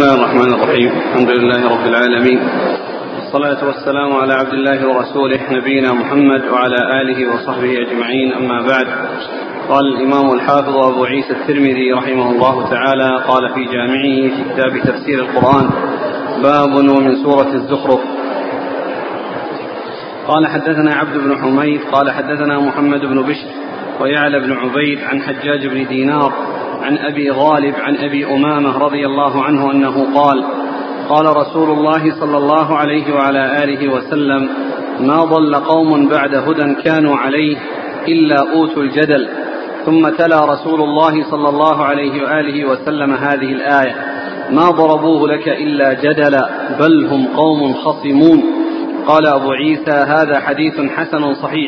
الله الرحمن الرحيم. الحمد لله رب العالمين، والصلاة والسلام على عبد الله ورسوله نبينا محمد وعلى آله وصحبه أجمعين. أما بعد، قال الإمام الحافظ أبو عيسى الترمذي رحمه الله تعالى قال في جامعه في كتاب تفسير القرآن: باب ومن سورة الزخرف. قال حدثنا عبد بن حميد قال حدثنا محمد بن بشر ويعلى بن عبيد عن حجاج بن دينار عن أبي غالب عن أبي أمامة رضي الله عنه أنه قال: قال رسول الله صلى الله عليه وعلى آله وسلم: ما ضل قوم بعد هدى كانوا عليه إلا أوتوا الجدل. ثم تلا رسول الله صلى الله عليه وآله وسلم هذه الآية: ما ضربوه لك إلا جدلا بل هم قوم خصمون. قال أبو عيسى: هذا حديث حسن صحيح،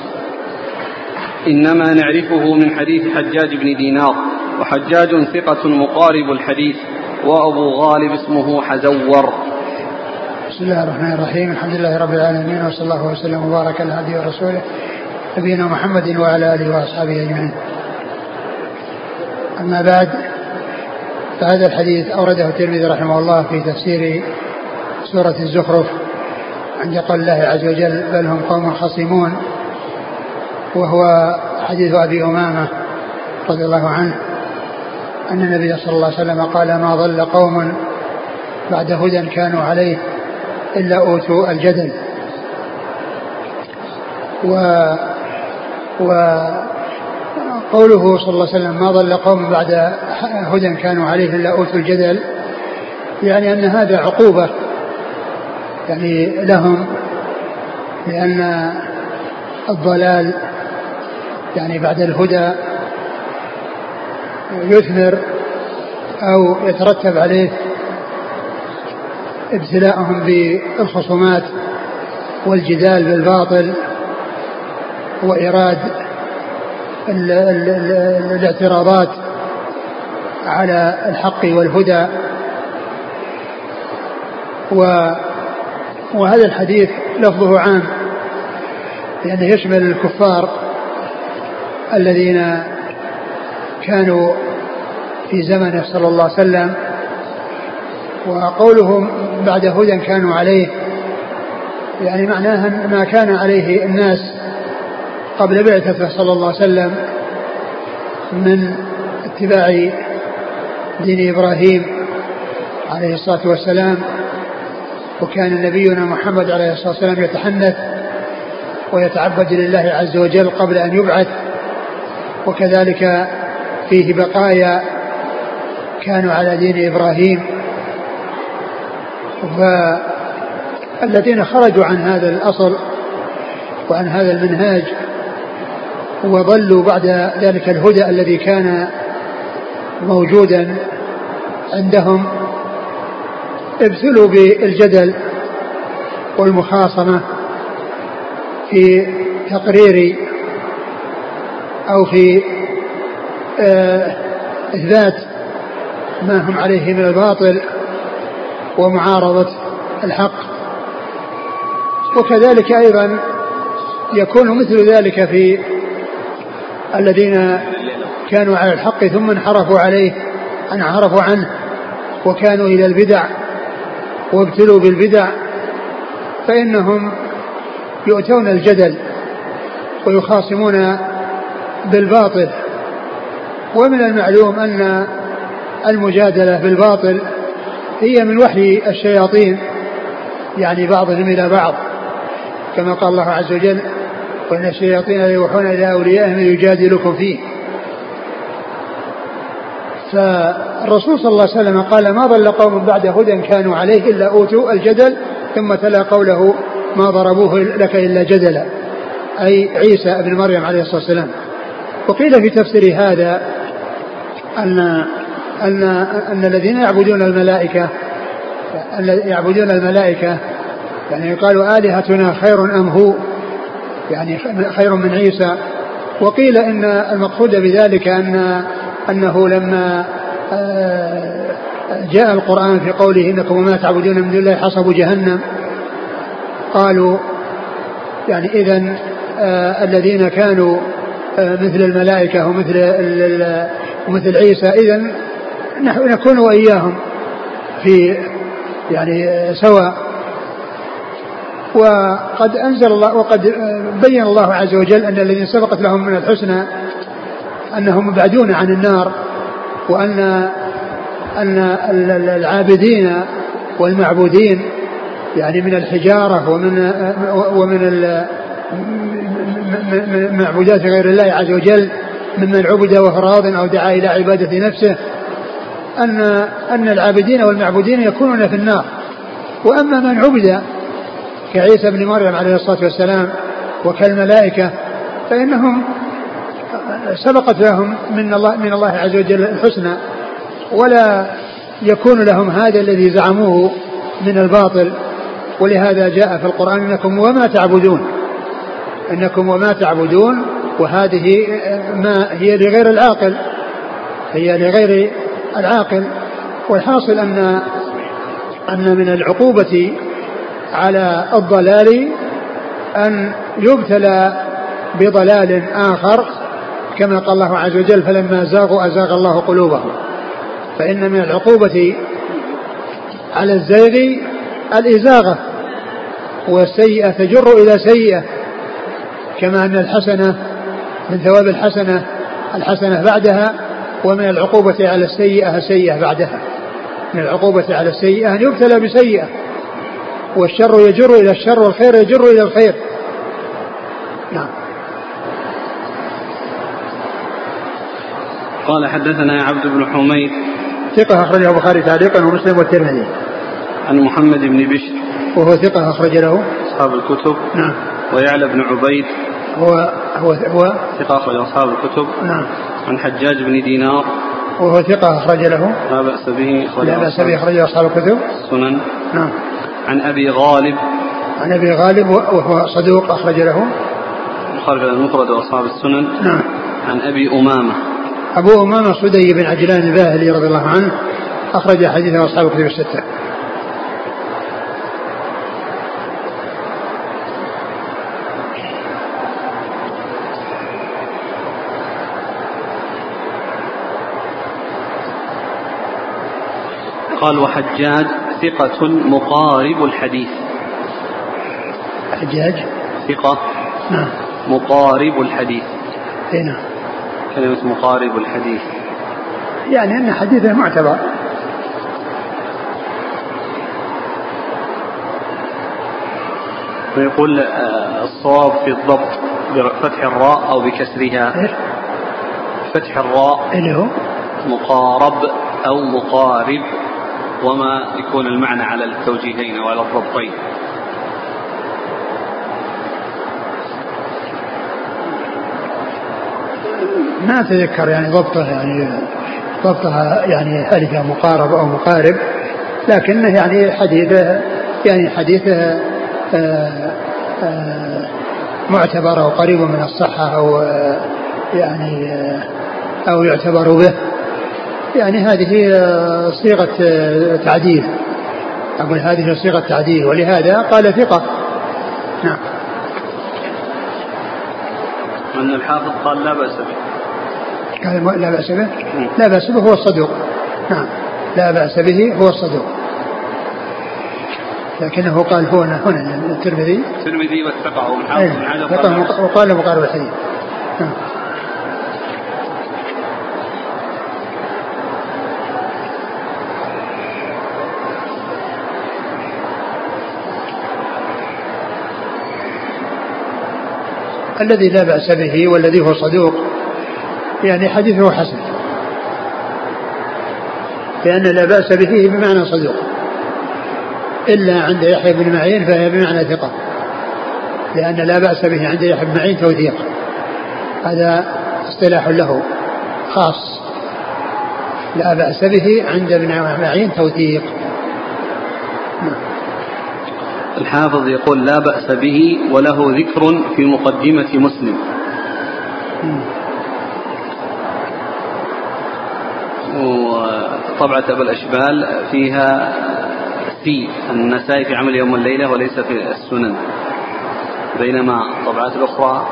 إنما نعرفه من حديث حجاج بن دينار، وحجاج ثقة مقارب الحديث، وأبو غالب اسمه حزور. بسم الله الرحمن الرحيم. الحمد لله رب العالمين، وصلى الله وسلم وبارك على عبده ورسوله نبينا محمد وعلى آله وأصحابه أجمعين. أما بعد، فهذا الحديث أورده الترمذي رحمه الله في تفسير سورة الزخرف عند قول الله عز وجل: بل هم قوم خصمون، وهو حديث أبي أمامة رضي الله عنه أن النبي صلى الله عليه وسلم قال: ما ضل قوم بعد هدى كانوا عليه إلا أوتوا الجدل. وقوله صلى الله عليه وسلم: ما ضل قوم بعد هدى كانوا عليه إلا أوتوا الجدل، يعني أن هذا عقوبة يعني لهم، لأن الضلال يعني بعد الهدى يثمر أو يترتب عليه ابتلاءهم بالخصومات والجدال بالباطل وإيراد الاعتراضات على الحق والهدى. وهذا الحديث لفظه عام، لأنه يشمل الكفار الذين كانوا في زمنه صلى الله عليه وسلم. وقولهم بعد هدى كانوا عليه يعني معناها ما كان عليه الناس قبل بعثته صلى الله عليه وسلم من اتباع دين إبراهيم عليه الصلاة والسلام. وكان نبينا محمد عليه الصلاة والسلام يتحنث ويتعبد لله عز وجل قبل أن يبعث، وكذلك فيه بقايا كانوا على دين إبراهيم. فالذين خرجوا عن هذا الأصل وعن هذا المنهاج وضلوا بعد ذلك الهدى الذي كان موجودا عندهم ابتلوا بالجدل والمخاصمة في تقرير أو في إثبات ما هم عليه من الباطل ومعارضة الحق. وكذلك أيضا يكون مثل ذلك في الذين كانوا على الحق ثم انحرفوا عنه وكانوا إلى البدع وابتلوا بالبدع، فإنهم يؤتون الجدل ويخاصمون بالباطل. ومن المعلوم أن المجادلة بالباطل هي من وحي الشياطين، يعني بعضهم إلى بعض، كما قال الله عز وجل: وإن الشياطين ليوحون إلى أوليائهم يجادلكم فيه. فالرسول صلى الله عليه وسلم قال: ما ضل قوم بعد هدى كانوا عليه إلا أوتوا الجدل. ثم تلا قوله: ما ضربوه لك إلا جدلا، أي عيسى ابن مريم عليه الصلاة والسلام. وقيل في تفسير هذا أن الذين يعبدون الملائكة يعني يقالوا: آلهتنا خير أم هو، يعني خير من عيسى. وقيل إن المقصود بذلك أنه لما جاء القرآن في قوله: إنكم وما تعبدون من دون الله حصب جهنم، قالوا يعني إذن الذين كانوا مثل الملائكة ومثل عيسى إذن نحن نكون وإياهم في يعني سواء. وقد أنزل الله وقد بين الله عز وجل أن الذين سبقت لهم من الحسنى أنهم مبعدون عن النار، وأن العابدين والمعبودين يعني من الحجارة ومن معبودات غير الله عز وجل ممن عبد وهو راض أو دعا إلى عبادة نفسه، أن العابدين والمعبودين يكونون في النار. وأما من عبد كعيسى بن مريم عليه الصلاة والسلام وكالملائكة فإنهم سبقت لهم من الله عز وجل الحسنى، ولا يكون لهم هذا الذي زعموه من الباطل. ولهذا جاء في القرآن إنكم وما تعبدون، وهذه ما هي لغير العاقل. والحاصل أن من العقوبة على الضلال أن يبتلى بضلال آخر، كما قال الله عز وجل فلما زاغوا أزاغ الله قلوبهم. فإن من العقوبة على الزيغ الإزاغة، والسيئة تجر إلى سيئة، كما أن الحسنة من ثواب الحسنة بعدها، ومن العقوبة على السيئة بعدها. من العقوبة على السيئة أن يبتلى بسيئة، والشر يجر إلى الشر والخير يجر إلى الخير. نعم. قال حدثنا عبد بن حميد ثقة أخرجه البخاري تعليقا ومسلم والترمذي. عن محمد بن بشر وهو ثقة أخرج له أصحاب الكتب. نعم. ويعلى بن عبيد هو ثقة أخرج أصحاب الكتب. نعم. عن حجاج بن دينار وهو ثقة أخرج له لا بأس به أخرج أصحاب الكتب السنن. نعم. عن أبي غالب وهو صدوق أخرج له مخالف المفرد وأصحاب السنن. نعم. عن أبو أمامة صدي بن عجلان الباهلي رضي الله عنه أخرج حديثه أصحاب الكتب الستة. قال وحجاج ثقة مقارب الحديث. حجاج ثقة. نعم. مقارب الحديث. هنا كلمة مقارب الحديث يعني أن حديثه معتبر. ويقول الصواب في الضبط بفتح الراء أو بكسرها. فتح الراء اللي هو مقارب أو مقارب، وما يكون المعنى على التوجيهين وعلى الضبطين. ما أتذكر يعني ضبطها يعني هل هي مقارب أو مقارب، لكنه يعني حديثه معتبر أو قريب من الصحة أو يعتبر به. يعني هذه صيغة تعديل، أقول هذه صيغة تعديل، ولهذا قال ثقة. نعم. أن الحافظ قال لا بأس به. قال لا بأس به. لا بأس به هو الصدوق. نعم. لا بأس به هو الصدوق، لكنه قال هنا الترمذي واتقعه والحافظ وقال مقارب الحديث. نعم. الذي لا بأس به والذي هو صدوق يعني حديثه حسن، لأن لا بأس به بمعنى صدوق، إلا عند يحيى بن معين فهي بمعنى ثقة، لأن لا بأس به عند يحيى بن معين توثيق، هذا اصطلاح له خاص. لا بأس به عند ابن معين توثيق. الحافظ يقول لا بأس به وله ذكر في مقدمة مسلم. وطبعة أبو الأشبال فيها في النسائي في عمل يوم والليلة وليس في السنن، بينما الطبعات الأخرى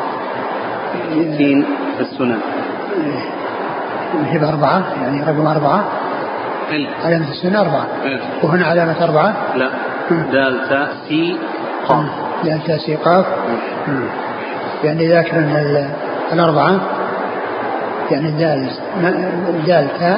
في السنن. هي بأربعة يعني رقم 4. علامة السين 4. وهنا علامة 4 لا دال تاء سي قاف. دال تاء سي قاف. يعني ذاكر من 4 يعني دال تاء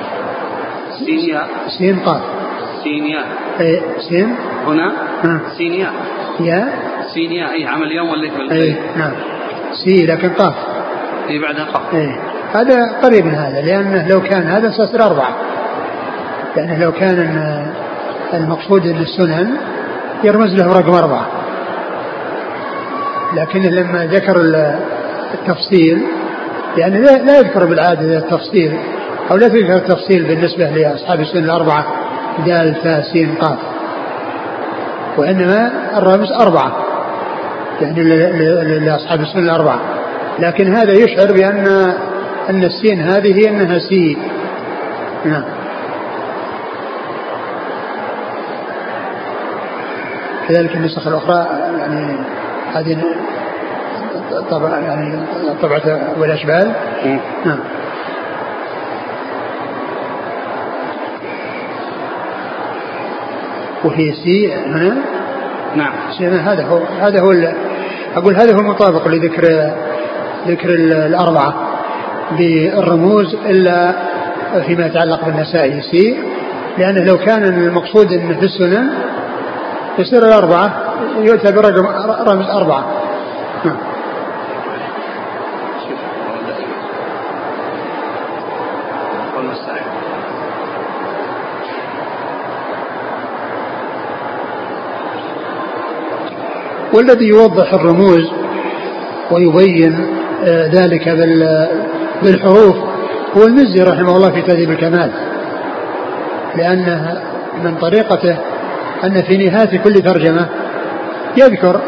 سين قاف سينيا. سين هنا سينيا يا سينيا أي عمل يوم والليل. نعم سي لكن قاف بعدها قاف. هذا قريب من هذا لأنه لو كان هذا سيصير 4 يعني لو كان المقصود ان السنن يرمز له رقم 4 لكن لما ذكر التفصيل يعني لا يذكر بالعادة التفصيل أو لا تذكر التفصيل بالنسبة لأصحاب السنن 4 دال تاء سين قاف وإنما الرمز 4 يعني لأصحاب السنن 4 لكن هذا يشعر بأن السين هذه إنها سي. نعم. كذلك النسخ الأخرى يعني هذه طبعا يعني طبعة والأشبال. نعم. وفي سي هنا. نعم. هذا هو أقول هذا هو المطابق لذكر الأربعة بالرموز إلا فيما يتعلق بالنسائي سي لأنه لو كان المقصود أن في السنن يصير 4 يؤتى برمز 4. والذي يوضح الرموز ويبين ذلك بالحروف هو المزي رحمه الله في تهذيب الكمال لأنه من طريقته أن في نهاية كل ترجمة يذكر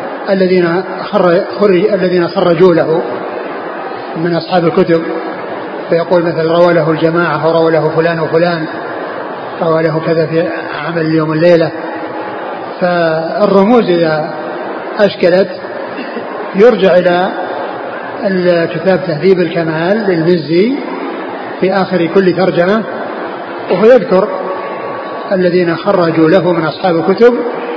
الذين خرجوا له من أصحاب الكتب فيقول مثل روى له الجماعة وروى له فلان وفلان روى له كذا في عمل اليوم الليلة. فالرموز إذا أشكلت يرجع إلى الكتاب تهذيب الكمال للمزي في آخر كل ترجمة وهو يذكر الذين خرجوا له من أصحاب الكتب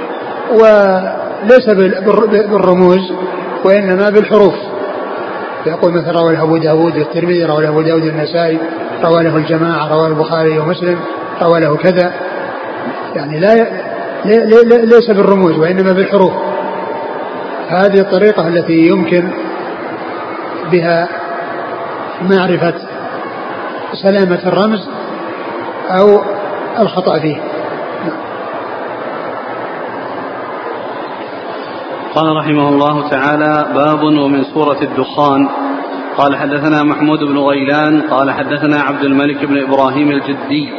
وليس بالرموز وإنما بالحروف يقول مثل روى له أبو داود والترمذي روى له أبو داود النسائي روى له الجماعة روى البخاري ومسلم روى له كذا يعني ليس بالرموز وإنما بالحروف. هذه الطريقة التي يمكن بها معرفة سلامة الرمز أو الخطأ فيه. قال رحمه الله تعالى باب ومن سورة الدخان. قال حدثنا محمود بن غيلان قال حدثنا عبد الملك بن إبراهيم الجدي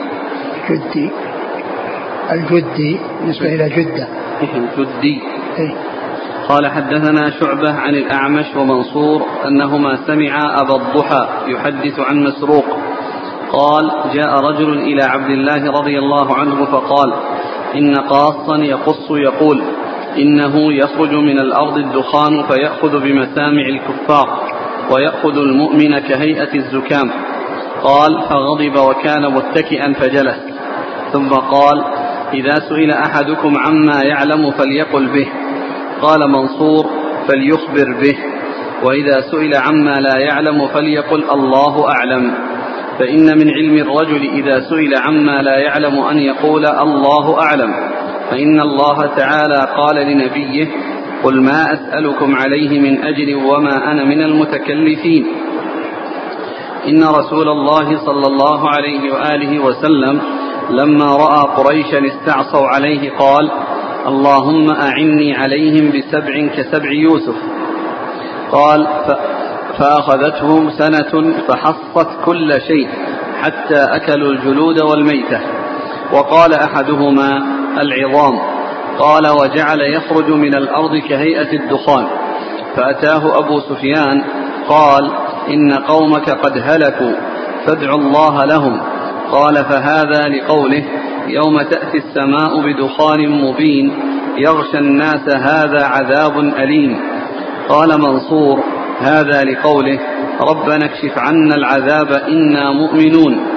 نسبة إلى جدة الجدي. قال حدثنا شعبة عن الأعمش ومنصور أنهما سمعا أبا الضحى يحدث عن مسروق قال جاء رجل إلى عبد الله رضي الله عنه فقال إن قاصا يقص يقول إنه يخرج من الأرض الدخان فيأخذ بمسامع الكفار ويأخذ المؤمن كهيئة الزكام. قال فغضب وكان متكئا فجلس ثم قال إذا سئل أحدكم عما يعلم فليقل به. قال منصور فليخبر به وإذا سئل عما لا يعلم فليقل الله أعلم فإن من علم الرجل إذا سئل عما لا يعلم أن يقول الله أعلم فإن الله تعالى قال لنبيه قل ما أسألكم عليه من أجر وما أنا من المتكلفين. إن رسول الله صلى الله عليه وآله وسلم لما رأى قريشا استعصوا عليه قال اللهم أعني عليهم بسبع كسبع يوسف. قال فأخذتهم سنة فحصت كل شيء حتى أكلوا الجلود والميتة. وقال أحدهما العظام. قال وجعل يخرج من الأرض كهيئة الدخان. فأتاه أبو سفيان قال إن قومك قد هلكوا فادعوا الله لهم. قال فهذا لقوله يوم تأتي السماء بدخان مبين يغشى الناس هذا عذاب أليم. قال منصور هذا لقوله ربنا اكشف عنا العذاب إنا مؤمنون.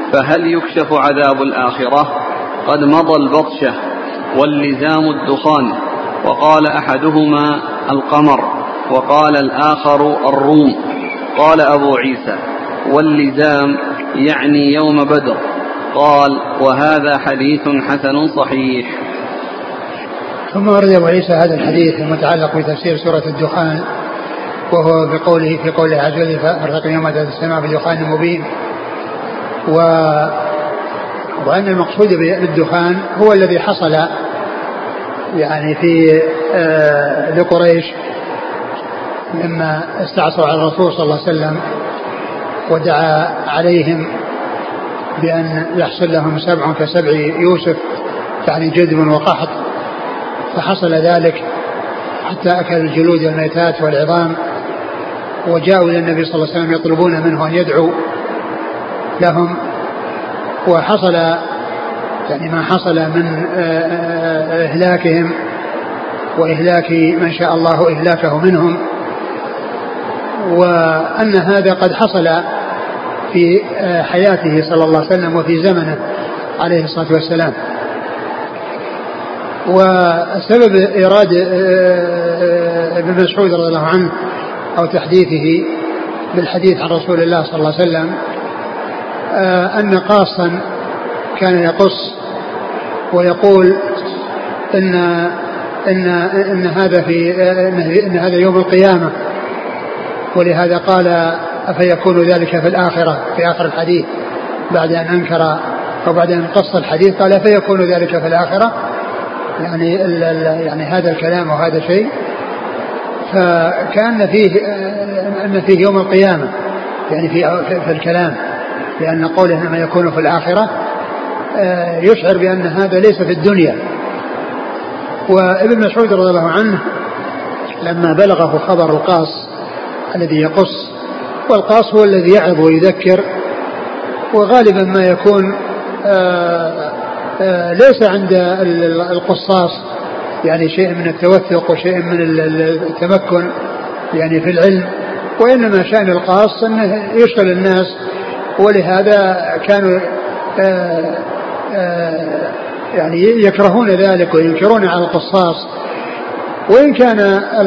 فهل يكشف عذاب الآخرة؟ قد مضى البطشة واللزام الدخان، وقال أحدهما القمر وقال الآخر الروم. قال أبو عيسى: واللزام يعني يوم بدر. قال: وهذا حديث حسن صحيح. ثم ورد أبو عيسى هذا الحديث المتعلق بتفسير سورة الدخان، وهو بقوله في قوله عز وجل: فرق يوم السماء بدخان مبين، وأن المقصود بالدخان هو الذي حصل يعني في لقريش لما استعصوا على الرسول صلى الله عليه وسلم ودعا عليهم بأن يحصل لهم 7 كسبع يوسف، يعني جذب وقحط، فحصل ذلك حتى أكل الجلود والميتات والعظام، وجاءوا إلى النبي صلى الله عليه وسلم يطلبون منه أن يدعو لهم. وحصل يعني ما حصل من إهلاكهم وإهلاك من شاء الله إهلاكه منهم، وأن هذا قد حصل في حياته صلى الله عليه وسلم وفي زمنه عليه الصلاة والسلام. وسبب إيراد ابن مسعود رضي الله عنه أو تحديثه بالحديث عن رسول الله صلى الله عليه وسلم أن قاصا كان يقص ويقول إن هذا يوم القيامة، ولهذا قال: أفيكون ذلك في الآخرة، في آخر الحديث بعد أن أنكر أو بعد أن قص الحديث قال: أفيكون ذلك في الآخرة، يعني هذا الكلام وهذا شيء. فكان فيه يوم القيامة يعني في الكلام، لأن قوله إنما يكون في الآخرة يشعر بأن هذا ليس في الدنيا. وابن مسعود رضي الله عنه لما بلغه خبر القاص الذي يقص، والقاص هو الذي يعظ ويذكر، وغالبا ما يكون ليس عند القصاص يعني شيء من التوثق وشيء من التمكن يعني في العلم، وإنما شأن القاص أنه يشغل الناس، ولهذا كانوا يعني يكرهون ذلك وينكرون على القصاص. وإن كان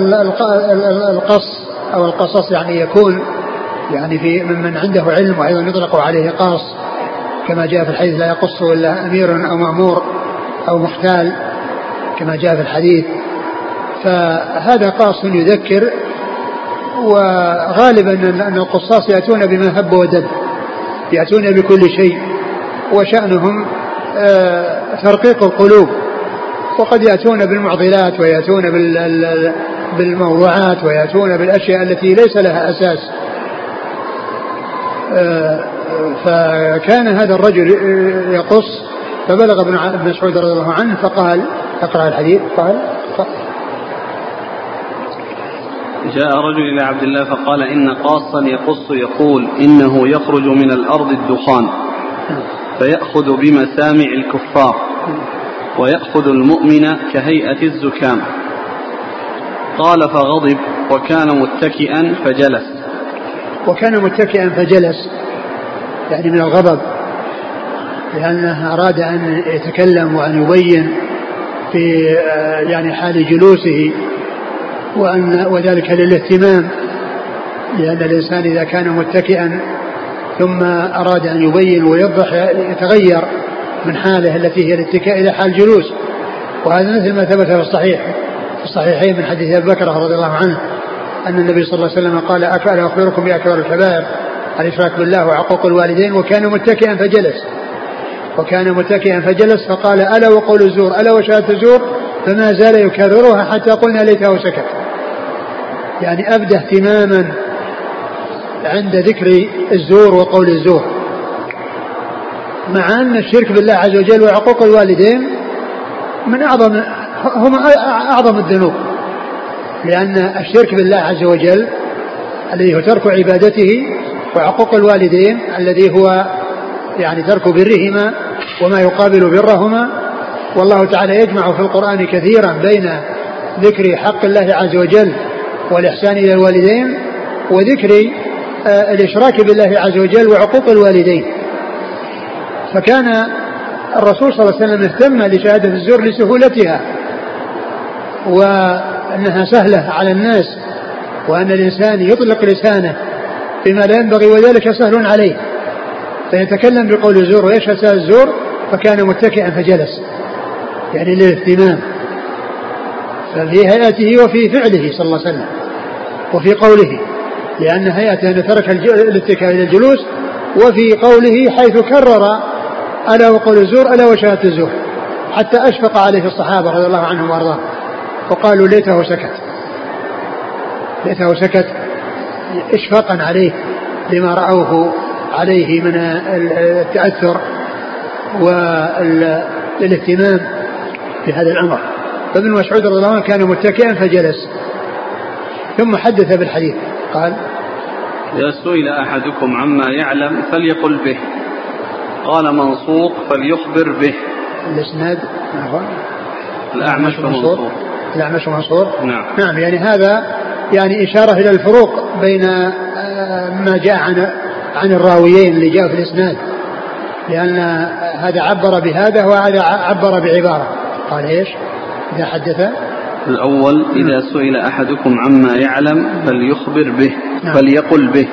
القص أو القصص يعني يكون يعني في من عنده علم، وأيضا يطلق عليه قاص كما جاء في الحديث: لا يقص إلا أمير أو مأمور أو مختال كما جاء في الحديث. فهذا قاص يذكر، وغالبا أن القصاص يأتون بما هب ودب، يأتون بكل شيء، وشأنهم ترقيق القلوب، وقد يأتون بالمعضلات ويأتون بالموضوعات ويأتون بالأشياء التي ليس لها أساس. فكان هذا الرجل يقص، فبلغ ابن مسعود رضي الله عنه فقال: اقرأ الحديث. قال: جاء رجل إلى عبد الله فقال: إن قاصا يقص يقول إنه يخرج من الأرض الدخان فيأخذ بمسامع الكفار ويأخذ المؤمن كهيئة الزكام. قال: فغضب وكان متكئا فجلس يعني من الغضب، لأنه أراد أن يتكلم وأن يبين في يعني حال جلوسه، وذلك للاهتمام، لأن الإنسان إذا كان متكئا ثم أراد أن يبين ويوضح يتغير من حاله التي هي الاتكاء إلى حال جلوس. وهذا مثل ما ثبت في الصحيحين من حديث أبي بكر رضي الله عنه أن النبي صلى الله عليه وسلم قال: ألا أخبركم بأكبر الكبائر الإشراك بالله وعقوق الوالدين. وكان متكئا فجلس فقال: ألا وقول الزور، ألا وشهادة الزور، فما زال يكررها حتى قلنا ليته سكت. يعني أبدى اهتماما عند ذكر الزور وقول الزور، مع أن الشرك بالله عز وجل وعقوق الوالدين هم أعظم الذنوب، لأن الشرك بالله عز وجل الذي هو ترك عبادته، وعقوق الوالدين الذي هو يعني ترك برهما وما يقابل برهما. والله تعالى يجمع في القرآن كثيرا بين ذكر حق الله عز وجل والإحسان إلى الوالدين وذكر الإشراك بالله عز وجل وعقوق الوالدين. فكان الرسول صلى الله عليه وسلم اهتم لشهادة الزور لسهولتها وأنها سهلة على الناس، وأن الإنسان يطلق لسانه بما لا ينبغي وذلك سهل عليه، فيتكلم بقول الزور ويشهد الزور، فكان متكئا فجلس يعني للاهتمام، ففي هيئته وفي فعله صلى الله عليه وسلم وفي قوله، لأن هيئته أن ترك الاتكاء إلى الجلوس، وفي قوله حيث كرر ألا وقول الزور ألا وشهادة الزور، حتى أشفق عليه الصحابة رضي الله عنهم وارضاهم وقالوا ليته سكت إشفاقا عليه لما رأوه عليه من التأثر والاهتمام بهذا الأمر. فابن مسعود رضي الله عنه كان متكئا فجلس، ثم حدث بالحديث قال: إذا سئل أحدكم عما يعلم فليقل به، قال منصور فليخبر به. الإسناد الأعمش ومنصور. نعم يعني هذا يعني إشارة إلى الفروق بين ما جاء عن الراويين اللي جاء في الإسناد، لأن هذا عبر بهذا وهذا عبر بعبارة. قال إيش؟ إذا حدث الأول إذا سئل أحدكم عما يعلم فليخبر به فليقل به.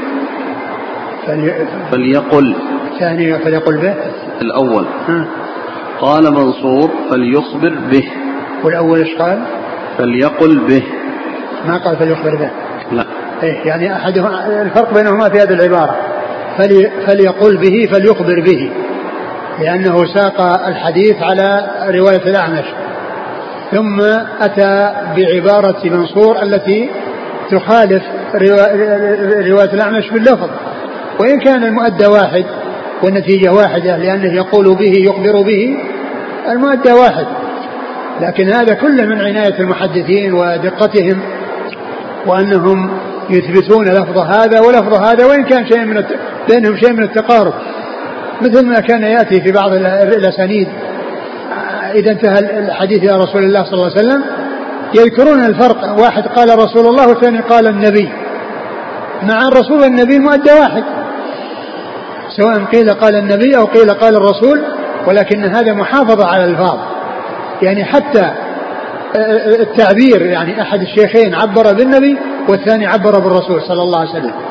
فليقل. ثاني فليقل به. الأول قال منصور فليخبر به، والأول إيش قال؟ فليقل به، ما قال فليخبر به. لا. يعني الفرق بينهما في هذه العبارة، فليقل به فليخبر به، لأنه ساق الحديث على رواية الأعمش، ثم أتى بعبارة منصور التي تخالف رواية الأعمش باللفظ، وإن كان المؤدى واحد والنتيجة واحدة، لأنه يقول به يخبر به، المؤدى واحد، لكن هذا كله من عناية المحدثين ودقتهم، وأنهم يثبتون لفظ هذا ولفظ هذا، وإن كان بينهم شيء من التقارب، مثل ما كان يأتي في بعض الأسانيد إذا انتهى الحديث إلى رسول الله صلى الله عليه وسلم يذكرون الفرق، واحد قال رسول الله والثاني قال النبي، مع الرسول والنبي المؤدى واحد، سواء قيل قال النبي أو قيل قال الرسول، ولكن هذا محافظة على الألفاظ، يعني حتى التعبير، يعني أحد الشيخين عبر بالنبي والثاني عبر بالرسول صلى الله عليه وسلم،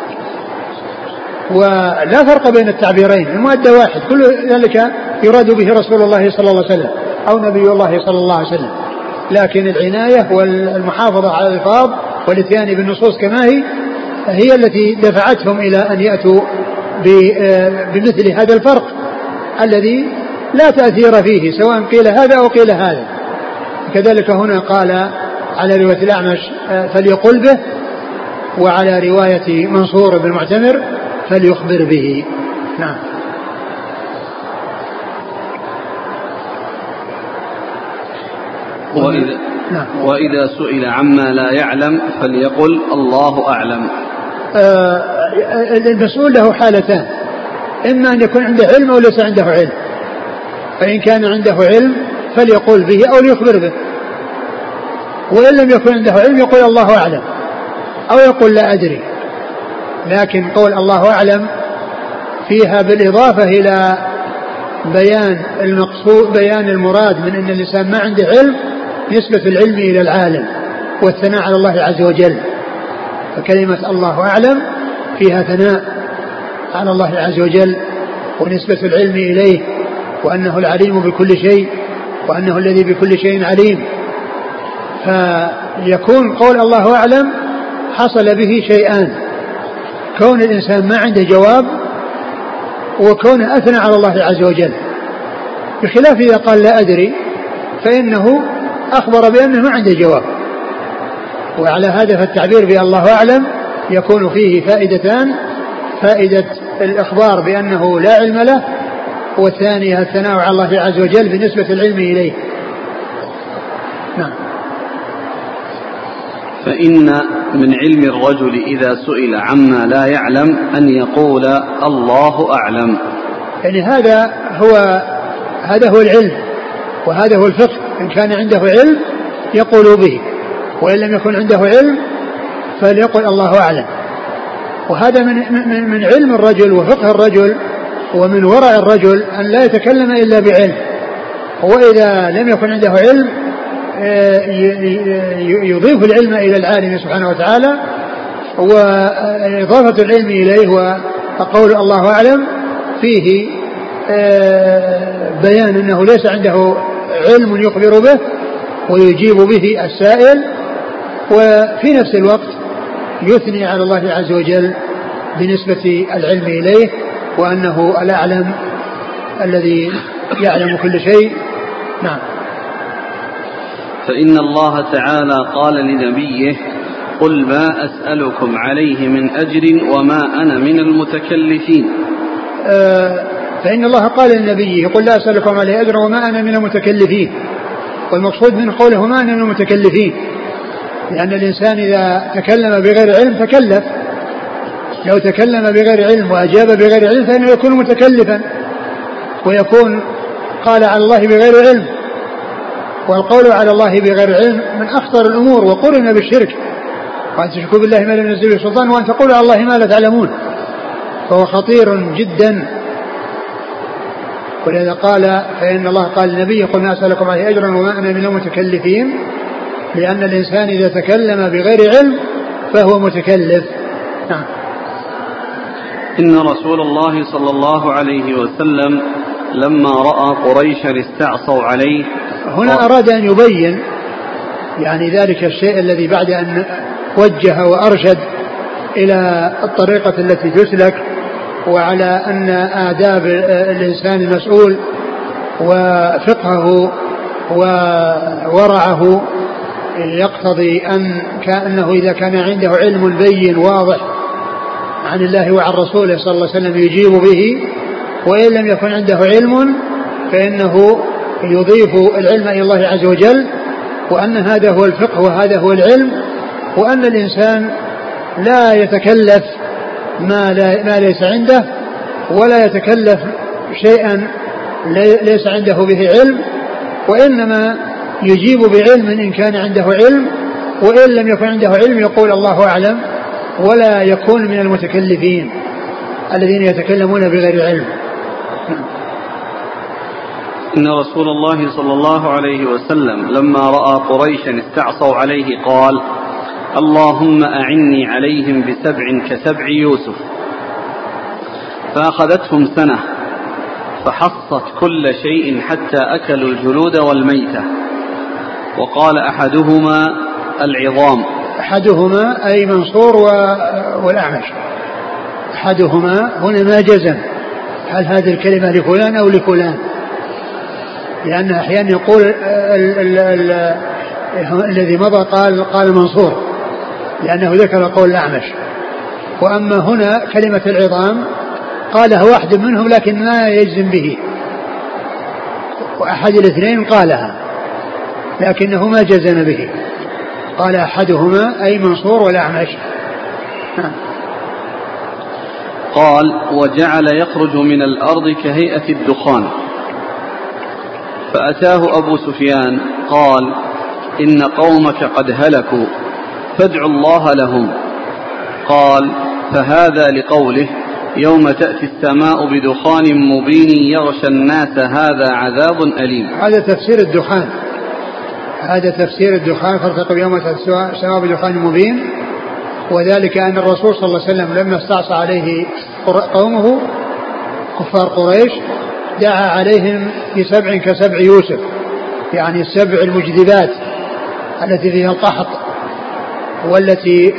ولا فرق بين التعبيرين، المؤدى واحد، كل ذلك يراد به رسول الله صلى الله عليه وسلم أو نبي الله صلى الله عليه وسلم، لكن العناية والمحافظة على الألفاظ والاتيان بالنصوص كما هي التي دفعتهم إلى أن يأتوا بمثل هذا الفرق الذي لا تأثير فيه، سواء قيل هذا أو قيل هذا. كذلك هنا قال على رواية الأعمش فليقل به، وعلى رواية منصور بن معتمر فليخبر به. نعم. وإذا سئل عما لا يعلم فليقل الله أعلم. المسؤول له حالتان، إما أن يكون عنده علم أو ليس عنده علم، فإن كان عنده علم فليقول به أو ليخبر به، وإن لم يكن عنده علم يقول الله أعلم أو يقول لا أدري. لكن قول الله أعلم فيها بالإضافة إلى بيان المقصود، بيان المراد من أن الإنسان ما عنده علم، نسبة العلم إلى العالم والثناء على الله عز وجل، فكلمة الله أعلم فيها ثناء على الله عز وجل ونسبة العلم إليه، وأنه العليم بكل شيء، وأنه الذي بكل شيء عليم. فيكون قول الله أعلم حصل به شيئان: كون الإنسان ما عنده جواب، وكون أثنى على الله عز وجل، بخلاف إذا قال لا أدري فإنه أخبر بأنه ما عنده جواب. وعلى هذا فالتعبير بالله أعلم يكون فيه فائدتان: فائدة الإخبار بأنه لا علم له، والثانية الثناء على الله عز وجل بنسبة العلم إليه. نعم. فإن من علم الرجل إذا سئل عما لا يعلم أن يقول الله أعلم. يعني هذا هو العلم، وهذا هو الفقه. إن كان عنده علم يقول به، وإن لم يكن عنده علم فليقل الله أعلم. وهذا من علم الرجل وفقه الرجل ومن ورع الرجل أن لا يتكلم إلا بعلم، وإذا لم يكن عنده علم يضيف العلم إلى العالم سبحانه وتعالى، وإضافة العلم إليه وقول الله أعلم فيه بيان أنه ليس عنده علم يخبر به ويجيب به السائل، وفي نفس الوقت يثني على الله عز وجل بنسبة العلم إليه وأنه الأعلم الذي يعلم كل شيء. نعم. فإن الله تعالى قال لنبيه قل ما أسألكم عليه من أجر وما أنا من المتكلفين. فإن الله قال للنبي قل لا أسألكم عليه أجر وما أنا من المتكلفين، والمقصود من قوله ما أنا من المتكلفين لأن الإنسان إذا تكلم بغير علم تكلف، لو تكلم بغير علم وأجاب بغير علم فإنه يكون متكلفا ويكون قال على الله بغير علم، والقول على الله بغير علم من أخطر الأمور وقرن بالشرك، وأن تشركوا بالله ما لم ينزل به سلطان وأن تقولوا على الله ما لا تعلمون، فهو خطير جدا. ولذا قال فإن الله قال للنبي قل ما أسألكم عليه أجرا وما أنا من المتكلفين، لأن الإنسان إذا تكلم بغير علم فهو متكلف. نعم. إن رسول الله صلى الله عليه وسلم لما رأى قريشا استعصوا عليه، هنا أراد أن يبين يعني ذلك الشيء الذي بعد أن وجه وأرشد إلى الطريقة التي تسلك وعلى أن آداب الإنسان المسؤول وفقهه وورعه يقتضي أنه إذا كان عنده علم بين واضح عن الله وعن رسوله صلى الله عليه وسلم يجيب به، وإن لم يكن عنده علم فإنه يضيف العلم إلى الله عز وجل، وأن هذا هو الفقه وهذا هو العلم، وأن الإنسان لا يتكلف ما ليس عنده ولا يتكلف شيئا ليس عنده به علم، وإنما يجيب بعلم إن كان عنده علم، وإن لم يكن عنده علم يقول الله أعلم، ولا يكون من المتكلفين الذين يتكلمون بغير علم. إن رسول الله صلى الله عليه وسلم لما رأى قريشا استعصوا عليه قال اللهم أعني عليهم بسبع كسبع يوسف، فأخذتهم سنة فحصت كل شيء حتى أكلوا الجلود والميتة، وقال أحدهما العظام، أحدهما أي منصور والأعمش، أحدهما هنا ما جزم هل هذه الكلمة لفلان أو لفلان، لأن أحيانا يقول الذي مضى قال منصور لأنه ذكر قول الأعمش، وأما هنا كلمة العظام قالها واحد منهم لكن ما يجزم به، وأحد الاثنين قالها لكنه ما جزم به، قال أحدهما أي منصور والأعمش. قال وجعل يخرج من الأرض كهيئة الدخان، فأتاه أبو سفيان قال إن قومك قد هلكوا فادعوا الله لهم، قال فهذا لقوله يوم تأتي السماء بدخان مبين يغشى الناس هذا عذاب أليم. هذا تفسير الدخان، هذا تفسير الدخان، فارتقب يوم تأتي السماء بدخان مبين، وذلك أن الرسول صلى الله عليه وسلم لما استعصى عليه قومه كفار قريش دعا عليهم بسبع كسبع يوسف، يعني السبع المجذبات التي فيها القحط والتي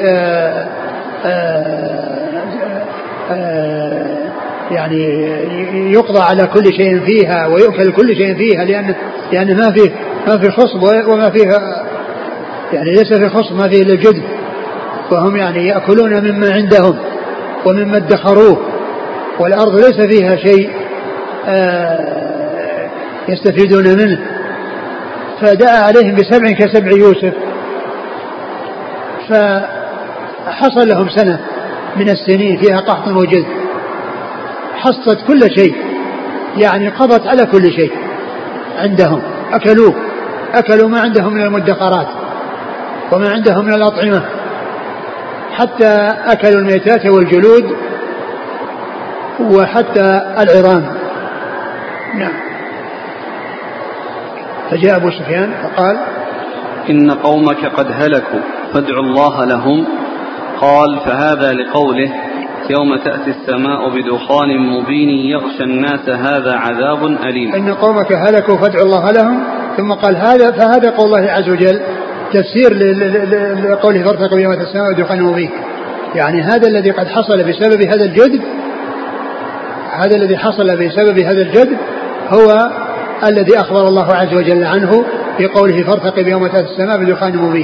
يعني يقضى على كل شيء فيها ويؤكل كل شيء فيها، لأن ما في خصب وما فيها، يعني ليس في خصب ما فيه إلا الجدب، وهم يعني يأكلون مما عندهم ومما ادخروه، والأرض ليس فيها شيء يستفيدون منه، فدعا عليهم بسبع كسبع يوسف، فحصل لهم سنة من السنين فيها قحط وجذب، حصت كل شيء، يعني قضت على كل شيء عندهم، أكلوا ما عندهم من المدخرات وما عندهم من الأطعمة، حتى أكلوا الميتات والجلود وحتى العظام. نعم. فجاء أبو سفيان فقال إن قومك قد هلكوا فادعوا الله لهم. قال فهذا لقوله يوم تأتي السماء بدخان مبين يغشى الناس هذا عذاب أليم. إن قومك هلكوا فادعوا الله لهم، ثم قال فهذا قول الله عز وجل تفسير لقوله فارتقوا يوم تأتي السماء بدخان مبين، يعني هذا الذي قد حصل بسبب هذا الجدب، هذا الذي حصل بسبب هذا الجدب هو الذي أخبر الله عز وجل عنه في قوله فارتقب يوم تأتي السماء بدخان مبين.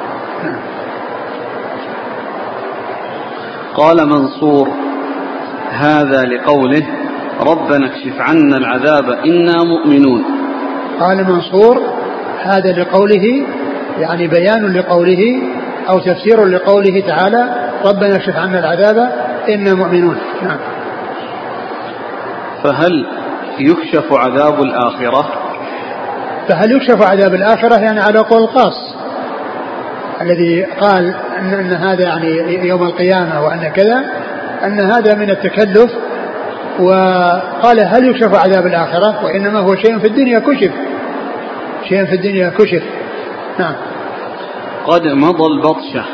قال منصور هذا لقوله ربنا اكشف عنا العذاب إنا مؤمنون. قال منصور هذا لقوله يعني بيان لقوله أو تفسير لقوله تعالى ربنا اكشف عنا العذاب إنا مؤمنون. نعم. فهل يكشف عذاب الآخرة؟ فهل يكشف عذاب الآخرة يعني على قول القاص الذي قال أن هذا يعني يوم القيامة وأن كذا، أن هذا من التكلف، وقال هل يكشف عذاب الآخرة وإنما هو شيء في الدنيا كشف، شيء في الدنيا كشف. نعم. قد مضى البطشة،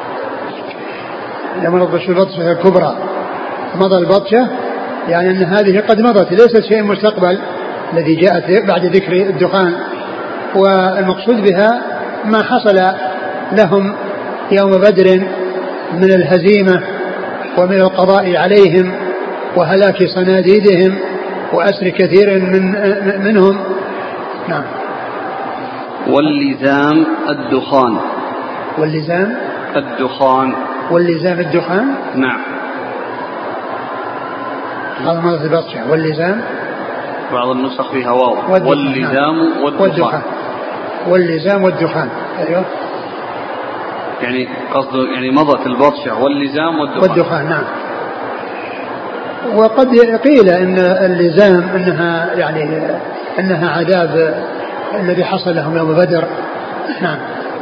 لما نضش البطشة الكبرى، مضى البطشة يعني أن هذه قد مضت، ليست شيء مستقبل الذي جاءت بعد ذكر الدخان، والمقصود بها ما حصل لهم يوم بدر من الهزيمة ومن القضاء عليهم وهلاك صناديدهم وأسر كثير منهم. نعم. واللزام الدخان. واللزام الدخان. واللزام الدخان. نعم. هذا مرض البطشة. واللزام بعض النسخ فيها واو. واللزام والدخان. واللزام والدخان. أيوه. يعني قصده يعني مضت البطشة واللزام والدخان. نعم. وقد قيل ان اللزام انها يعني انها عذاب الذي حصل لهم يوم بدر. نعم.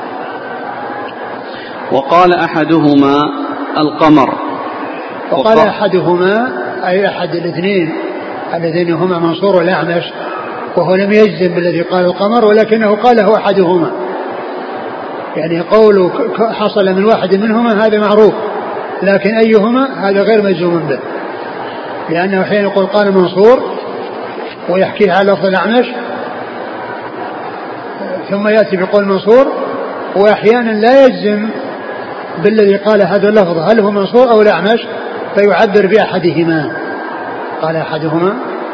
وقال احدهما القمر. وقال احدهما اي احد الاثنين الذين هما منصور والأعمش، وهو لم يجزم بالذي قال القمر ولكنه قاله احدهما، يعني قوله حصل من واحد منهما هذا معروف، لكن أيهما هذا غير مجزوم به، لأنه حين يقول قال منصور ويحكيه على لفظ الأعمش ثم يأتي بقول منصور، وأحيانا لا يجزم بالذي قال هذا اللفظ هل هو منصور أو الأعمش، فيعبر بأحدهما. قال أحدهما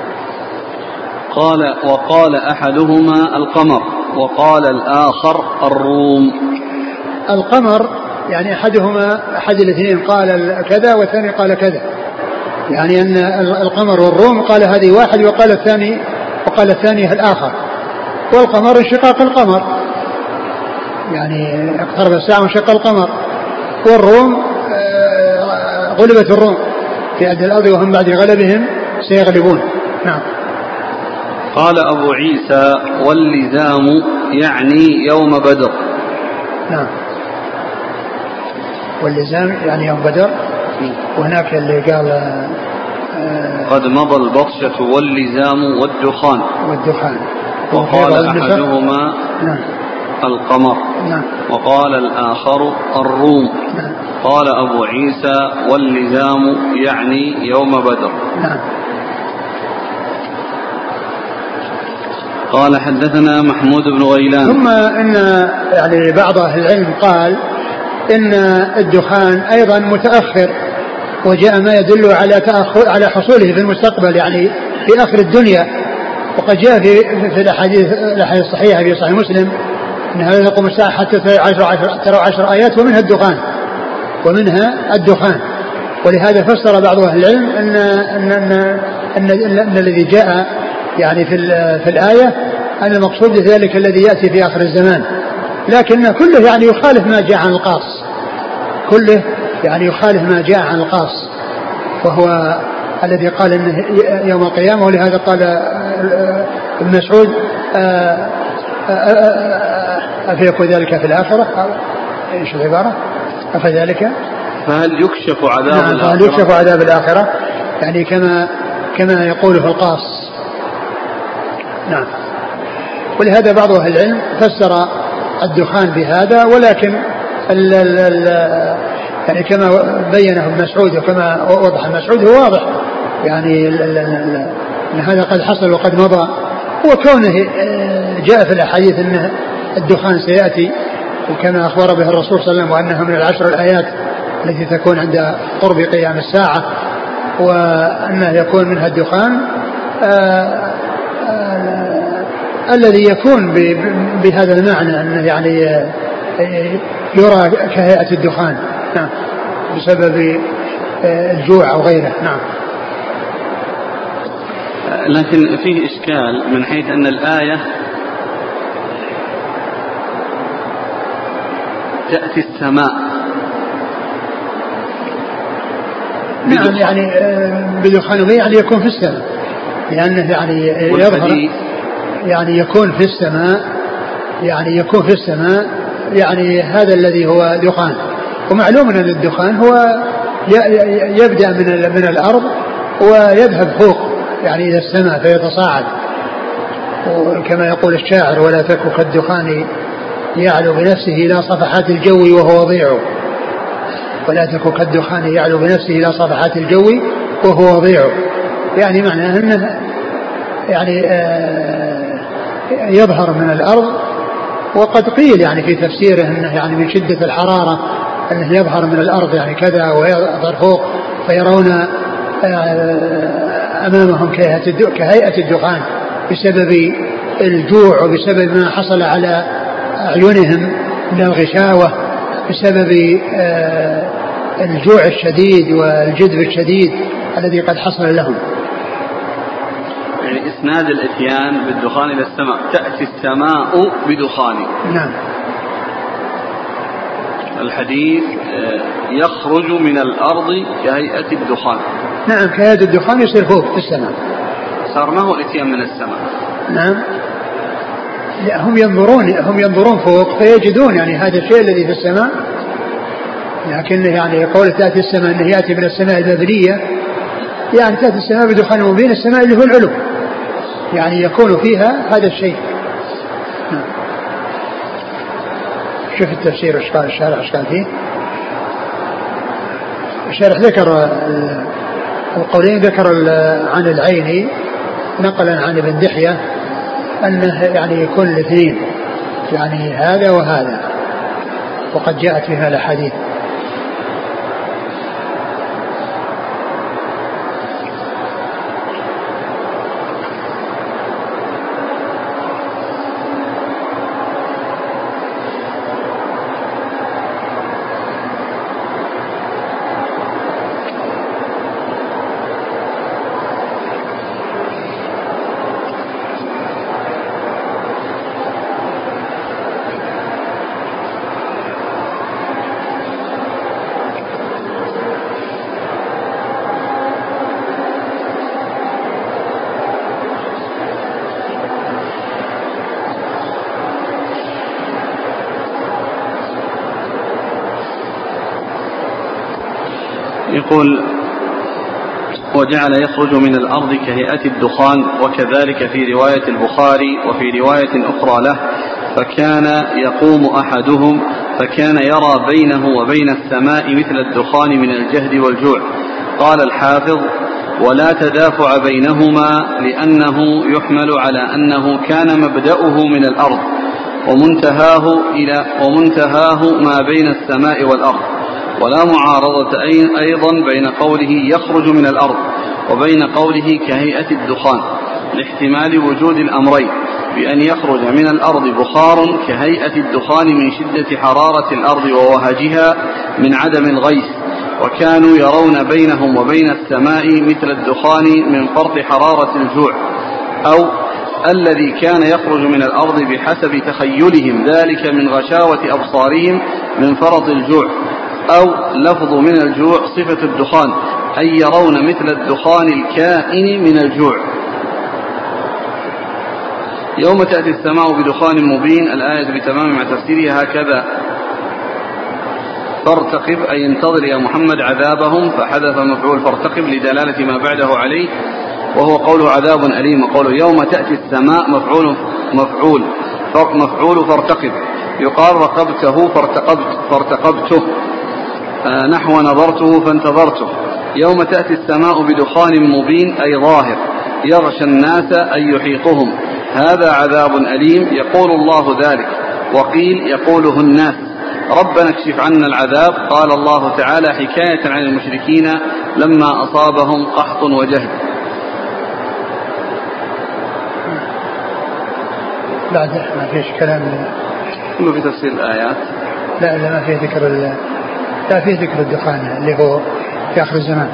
وقال أحدهما القمر وقال الآخر الروم. القمر يعني أحدهما أحد الاثنين قال كذا والثاني قال كذا، يعني أن القمر والروم قال هذه واحد وقال الثاني الآخر. والقمر انشقاق القمر، يعني اقترب الساعة وانشق القمر. والروم غلبت الروم في أدنى الأرض وهم بعد غلبهم سيغلبون. نعم. قال أبو عيسى واللزام يعني يوم بدر. نعم. واللزام يعني يوم بدر. وهناك اللي قال قد مضى البطشة واللزام والدخان. وقال أحدهما نعم. القمر. نعم. وقال الآخر الروم. نعم. قال أبو عيسى واللزام يعني يوم بدر. نعم. قال حدثنا محمود بن غيلان. ثم إن يعني بعض أهل العلم قال إن الدخان أيضا متأخر، وجاء ما يدل على حصوله في المستقبل يعني في آخر الدنيا. وقد جاء في الأحاديث الصحيحة في صحيح مسلم أنها لا تقوم الساعة حتى ترى 10 آيات ومنها الدخان. ولهذا فسر بعض أهل العلم أن الذي جاء يعني في الآية أن المقصود بذلك الذي يأتي في آخر الزمان، لكن كله يعني يخالف ما جاء عن القاص، كله يعني يخالف ما جاء عن القاص، وهو الذي قال إنه يوم القيامة. ولهذا قال ابن مسعود أفيكون ذلك في الآخرة؟ إيش العبارة؟ أفذلك؟ فهل يكشف عذاب الآخرة؟ فهل يكشف عذاب الآخرة؟ يعني كما يقوله القاص. نعم. ولهذا بعض أهل العلم فسر الدخان بهذا، ولكن يعني كما بينه ابن مسعود وكما وضح مسعود هو واضح يعني أن هذا قد حصل وقد مضى، وكونه جاء في الأحاديث أن الدخان سيأتي وكما أخبر به الرسول صلى الله عليه وسلم وأنها من العشر الآيات التي تكون عند قرب قيام الساعة، وأنه يكون منها الدخان الذي يكون بهذا المعنى أنه يعني يرى كهيئة الدخان. نعم. بسبب الجوع أو غيره. نعم. لكن فيه إشكال من حيث أن الآية تأتي السماء. نعم. يعني بدخانه يعني يكون في السماء، لأنه يعني يظهر يعني يكون في السماء، يعني يكون في السماء يعني هذا الذي هو دخان. ومعلوم أن الدخان هو يبدأ من الأرض ويذهب فوق يعني إلى السماء فيتصاعد، وكما يقول الشاعر: ولا تك كالدخان يعلو بنفسه إلى صفحات الجو وهو وضيع. ولا تك كالدخان يعلو بنفسه إلى صفحات الجو وهو وضيع، يعني معناه أنه يعني يظهر من الأرض. وقد قيل يعني في تفسيره أنه يعني من شدة الحرارة أنه يظهر من الأرض يعني كذا ويظهر فوق فيرون أمامهم كهيئة الدخان بسبب الجوع وبسبب ما حصل على أعينهم من الغشاوة بسبب الجوع الشديد والجذب الشديد الذي قد حصل لهم. يعني إسناد الإتيان بالدخان إلى السماء: تأتي السماء بدخان. نعم. الحديث يخرج من الأرض كهيئة الدخان. نعم. كهيئة الدخان يصير فوق في السماء. صار ما هو الإتيان من السماء. نعم. هم ينظرون فوق فيجدون يعني هذا الشيء الذي في السماء، لكن يعني قول تأتي السماء أنه يأتي من السماء البابلية، يعني تأتي السماء بدخان مبين، السماء اللي هو العلو يعني يكون فيها هذا الشيء. شوف التفسير ايش قال الشارح ايش قال فيه. الشارح ذكر القولين، ذكر عن العيني نقلا عن ابن دحية أنه يعني يكون الاثنين، يعني هذا وهذا، وقد جاءت فيها الأحاديث. يقول: وجعل يخرج من الأرض كهيئة الدخان. وكذلك في رواية البخاري وفي رواية أخرى له: فكان يقوم أحدهم فكان يرى بينه وبين السماء مثل الدخان من الجهد والجوع. قال الحافظ: ولا تدافع بينهما، لأنه يحمل على أنه كان مبدأه من الأرض ومنتهاه ما بين السماء والأرض. ولا معارضة أيضا بين قوله يخرج من الأرض وبين قوله كهيئة الدخان، لاحتمال وجود الأمرين، بأن يخرج من الأرض بخار كهيئة الدخان من شدة حرارة الأرض ووهجها من عدم الغيث، وكانوا يرون بينهم وبين السماء مثل الدخان من فرط حرارة الجوع، أو الذي كان يخرج من الأرض بحسب تخيلهم ذلك من غشاوة أبصارهم من فرط الجوع، أو لفظ من الجوع صفة الدخان، أي يرون مثل الدخان الكائن من الجوع. يوم تأتي السماء بدخان مبين، الآية بتمام مع تفسيرها هكذا: فارتقب أي انتظر يا محمد عذابهم، فحذف مفعول فارتقب لدلالة ما بعده عليه، وهو قوله عذاب أليم. وقوله يوم تأتي السماء مفعول فارتقب، يقال رقبته فارتقبته، نحو نظرته فانتظرته. يوم تأتي السماء بدخان مبين أي ظاهر يغشى الناس أي يحيطهم، هذا عذاب أليم يقول الله ذلك. وقيل يقوله الناس ربنا اكشف عنا العذاب، قال الله تعالى حكاية عن المشركين لما أصابهم قحط وجهد. بعد ما فيش كلام كله في تفسير الآيات. لا ما فيه ذكر لا فيه ذكر الدخان اللي هو في آخر الزمان.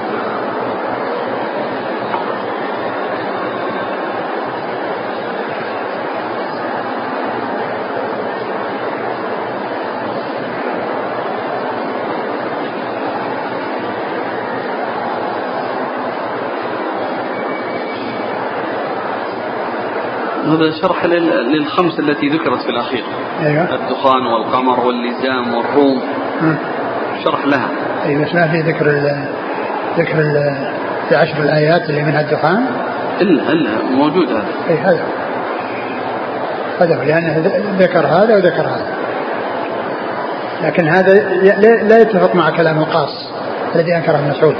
هذا شرح للخمس التي ذكرت في الأخير. أيوة. الدخان والقمر واللزام والروم. شرح لها. أيوة بس ما في ذكر في 10 الآيات اللي منها الدخان. إلا موجود هذا. أي هذا لأنه ذكر هذا وذكر هذا، لكن هذا لا يتفق مع كلام القاص الذي أنكره ابن مسعود.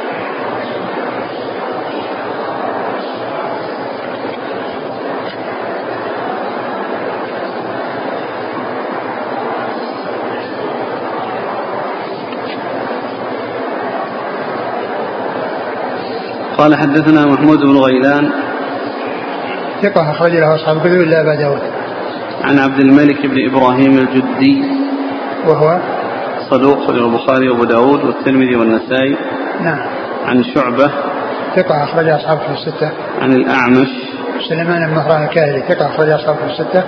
قال حدثنا محمود بن غيلان ثقة أخرج له أصحاب الكتب إلا أبا داود. عن عبد الملك بن إبراهيم الجدي وهو صدوق البخاري وأبو داود والترمذي والنسائي. نعم. عن شعبة ثقة أخرج أصحاب الكتب الستة. عن الأعمش سليمان بن مهران الكاهلي ثقة أخرج أصحاب الكتب الستة.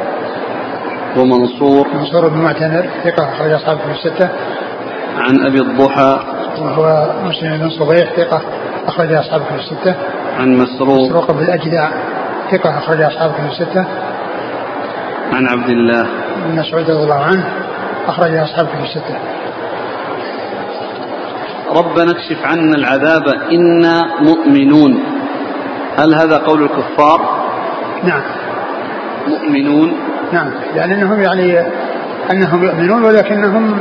ومنصور بن معتمر ثقة أخرج أصحاب الكتب الستة. عن أبي الضحى وهو مسلم بن صبيح ثقة أخرج أصحاب الكتب الستة. عن مسروق بن الأجدع ثقة أخرج أصحاب الكتب الستة. عن عبد الله بن مسعود رضي الله عنه أخرج أصحاب الكتب الستة. ربنا اكشف عنا العذاب إنا مؤمنون، هل هذا قول الكفار؟ نعم مؤمنون. نعم لأنهم أنهم يؤمنون ولكنهم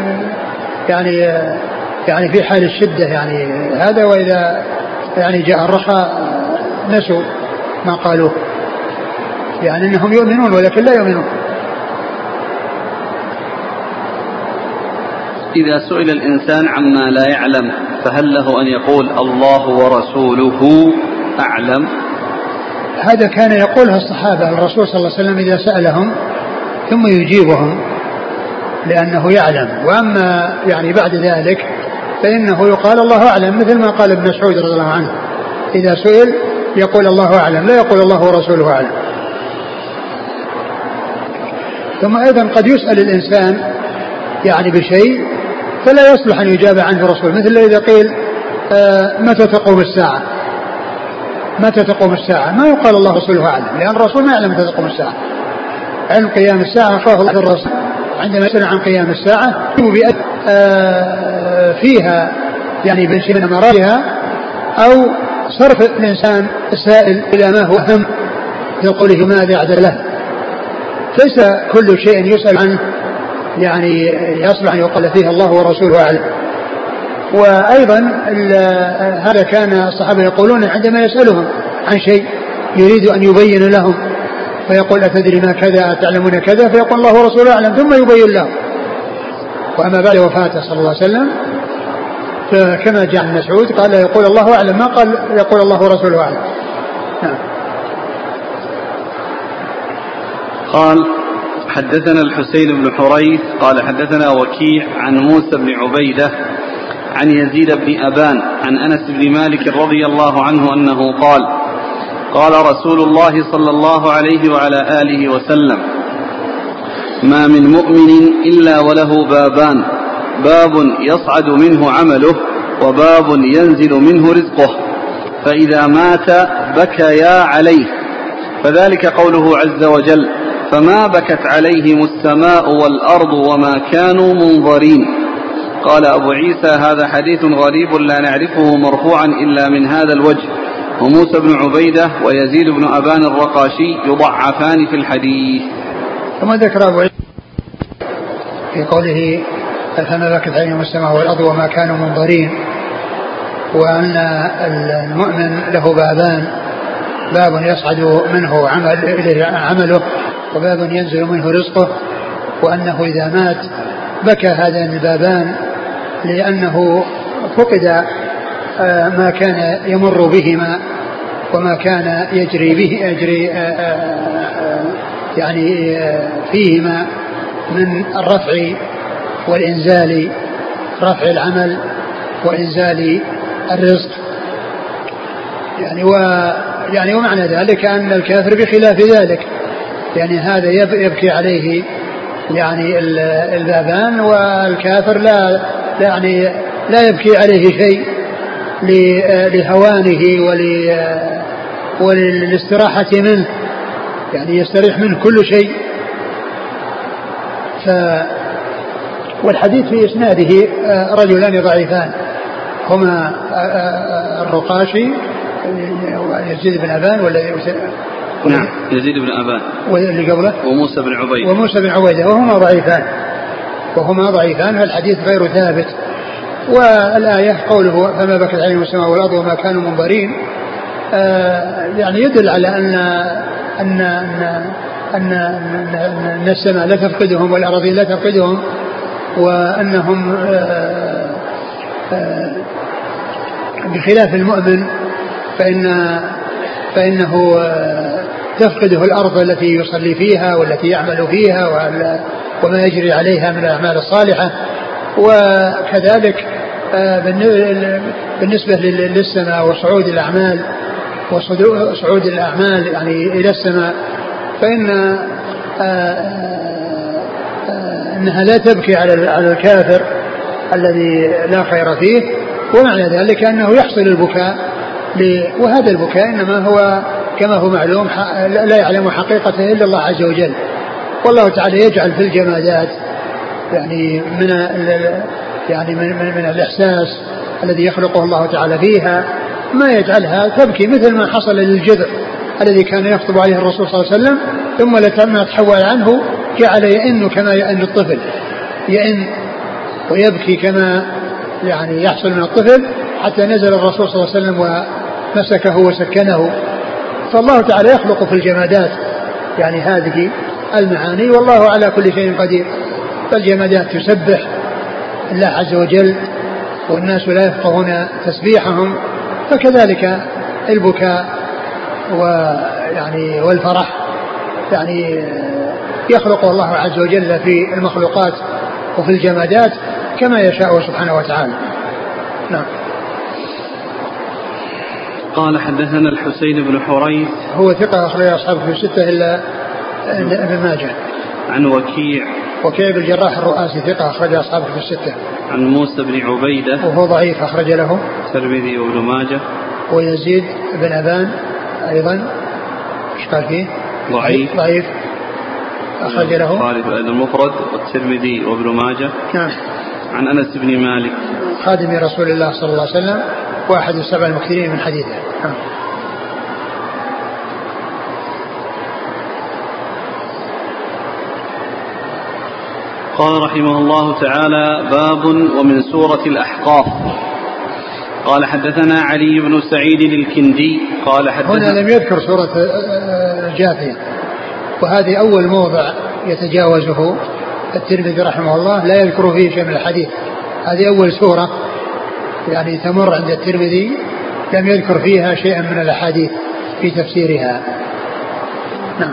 يعني في حال الشدة هذا، وإذا جاء الرخاء نسوا ما قالوه، أنهم يؤمنون ولكن لا يؤمنون. إذا سئل الإنسان عما لا يعلم فهل له أن يقول الله ورسوله أعلم؟ هذا كان يقوله الصحابة الرسول صلى الله عليه وسلم إذا سألهم ثم يجيبهم لأنه يعلم. وأما بعد ذلك فإنه يقال الله أعلم، مثل ما قال ابن مسعود رضي الله عنه إذا سئل يقول الله أعلم، لا يقول الله ورسوله أعلم. ثم أيضا قد يسأل الإنسان بشيء فلا يصلح أن يجاب عنه الرسول، مثل إذا قيل متى تقوم الساعة، متى تقوم الساعة، ما يقال الله ورسوله أعلم، لأن الرسول ما يعلم متى تقوم الساعة. علم قيام الساعة أخاه الله الرسول عندما يسأل عن قيام الساعة فيها بشيء من أمراتها، أو صرف الإنسان السائل إلى ما هو أهم يقوله ماذا يعدل له. ليس كل شيء يسأل عنه يصلح أن يقال فيه الله ورسوله أعلم. وأيضا هذا كان الصحابة يقولون عندما يسألهم عن شيء يريد أن يبين لهم فيقول أتدري ما كذا أتعلمون كذا، فيقول الله ورسوله أعلم ثم يبين لهم. وأما بعد وفاته صلى الله عليه وسلم فكما جاء عن مسعود قال يقول الله أعلم، ما قال يقول الله ورسوله أعلم. نعم. قال حدثنا الحسين بن حريث قال حدثنا وكيع عن موسى بن عبيدة عن يزيد بن أبان عن أنس بن مالك رضي الله عنه أنه قال قال رسول الله صلى الله عليه وعلى آله وسلم ما من مؤمن إلا وله بابان، باب يصعد منه عمله وباب ينزل منه رزقه، فإذا مات بكيا عليه، فذلك قوله عز وجل فما بكت عليهم السماء والأرض وما كانوا منظرين، قال أبو عيسى هذا حديث غريب لا نعرفه مرفوعا إلا من هذا الوجه. وموسى بن عبيدة ويزيد بن أبان الرقاشي يضعفان في الحديث. ثم ذكر أبو عيسى في قوله فما بكت عليهم السماء والأرض وما كانوا منظرين، وأن المؤمن له بابان، باب يصعد منه عمله وباب ينزل منه رزقه، وأنه إذا مات بكى هذان البابان لأنه فقد ما كان يمر بهما وما كان يجري يعني فيهما من الرفع والإنزال، رفع العمل وإنزال الرزق. يعني ومعنى ذلك أن الكافر بخلاف ذلك، يعني هذا يبكي عليه يعني البابان، والكافر لا يبكي عليه شيء لهوانه وللاستراحة منه، يعني يستريح منه كل شيء. والحديث في إسناده رجلان ضعيفان هما الرقاشي يزيد بن أبان نعم يزيد بن أبان واللي قبله وموسى بن عبيدة وهما ضعيفان فالحديث غير ثابت. والآية قوله فما بكت عليهم السماء والأرض وما كانوا منظرين يعني يدل على أن السماء لا تفقدهم والأراضين لا تفقدهم، وأنهم بخلاف المؤمن فإنه تفقده الأرض التي يصلي فيها والتي يعمل فيها وما يجري عليها من الأعمال الصالحة. وكذلك بالنسبة للسماء وصعود الأعمال يعني إلى السماء، فإن أنها لا تبكي على الكافر الذي لا خير فيه، ومعنى ذلك أنه يحصل البكاء، وهذا البكاء إنما هو كما هو معلوم لا يعلم حقيقته إلا الله عز وجل. والله تعالى يجعل في الجمادات يعني من الإحساس الذي يخلقه الله تعالى فيها ما يجعلها تبكي، مثل ما حصل للجذع الذي كان يخطب عليه الرسول صلى الله عليه وسلم، ثم لما تحول عنه جعل يئن كما يئن الطفل، يئن ويبكي كما يعني يحصل من الطفل، حتى نزل الرسول صلى الله عليه وسلم ومسكه وسكنه. فالله تعالى يخلق في الجمادات يعني هذه المعاني، والله على كل شيء قدير. فالجمادات تسبح الله عز وجل والناس لا يفقهون تسبيحهم، فكذلك البكاء ويعني والفرح يعني يخلق الله عز وجل في المخلوقات وفي الجمادات كما يشاء سبحانه وتعالى. نعم. قال حدثنا الحسين بن حريث هو ثقة أخرج أصحابه في الستة إلا ابن ماجه. عن وكيع بن الجراح الرؤاسي ثقة أخرج أصحابه في الستة. عن موسى بن عبيدة وهو ضعيف أخرج له الترمذي وابن ماجه. ويزيد بن أبان أيضا ايش قال فيه؟ ضعيف أخرج له البخاري في المفرد والترمذي وابن ماجه. نعم. عن أنس بن مالك خادم رسول الله صلى الله عليه وسلم واحد السبع المكثرين من حديثه. قال رحمه الله تعالى باب ومن سورة الأحقاف. قال حدثنا علي بن سعيد الكندي قال حدثنا هنا لم يذكر سورة الجاثية، وهذه أول موضع يتجاوزه الترمذي رحمه الله لا يذكر فيه شيء من الحديث. هذه أول سورة يعني تمر عند الترمذي لم يذكر فيها شيئا من الأحاديث في تفسيرها. نعم.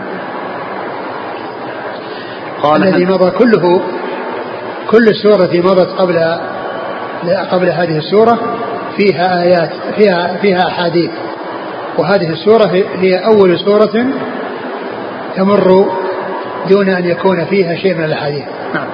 الذي مضى كله كل السورة التي مضت قبل هذه السورة فيها آيات فيها أحاديث، وهذه السورة هي أول سورة تمر دون أن يكون فيها شيء من الأحاديث. نعم.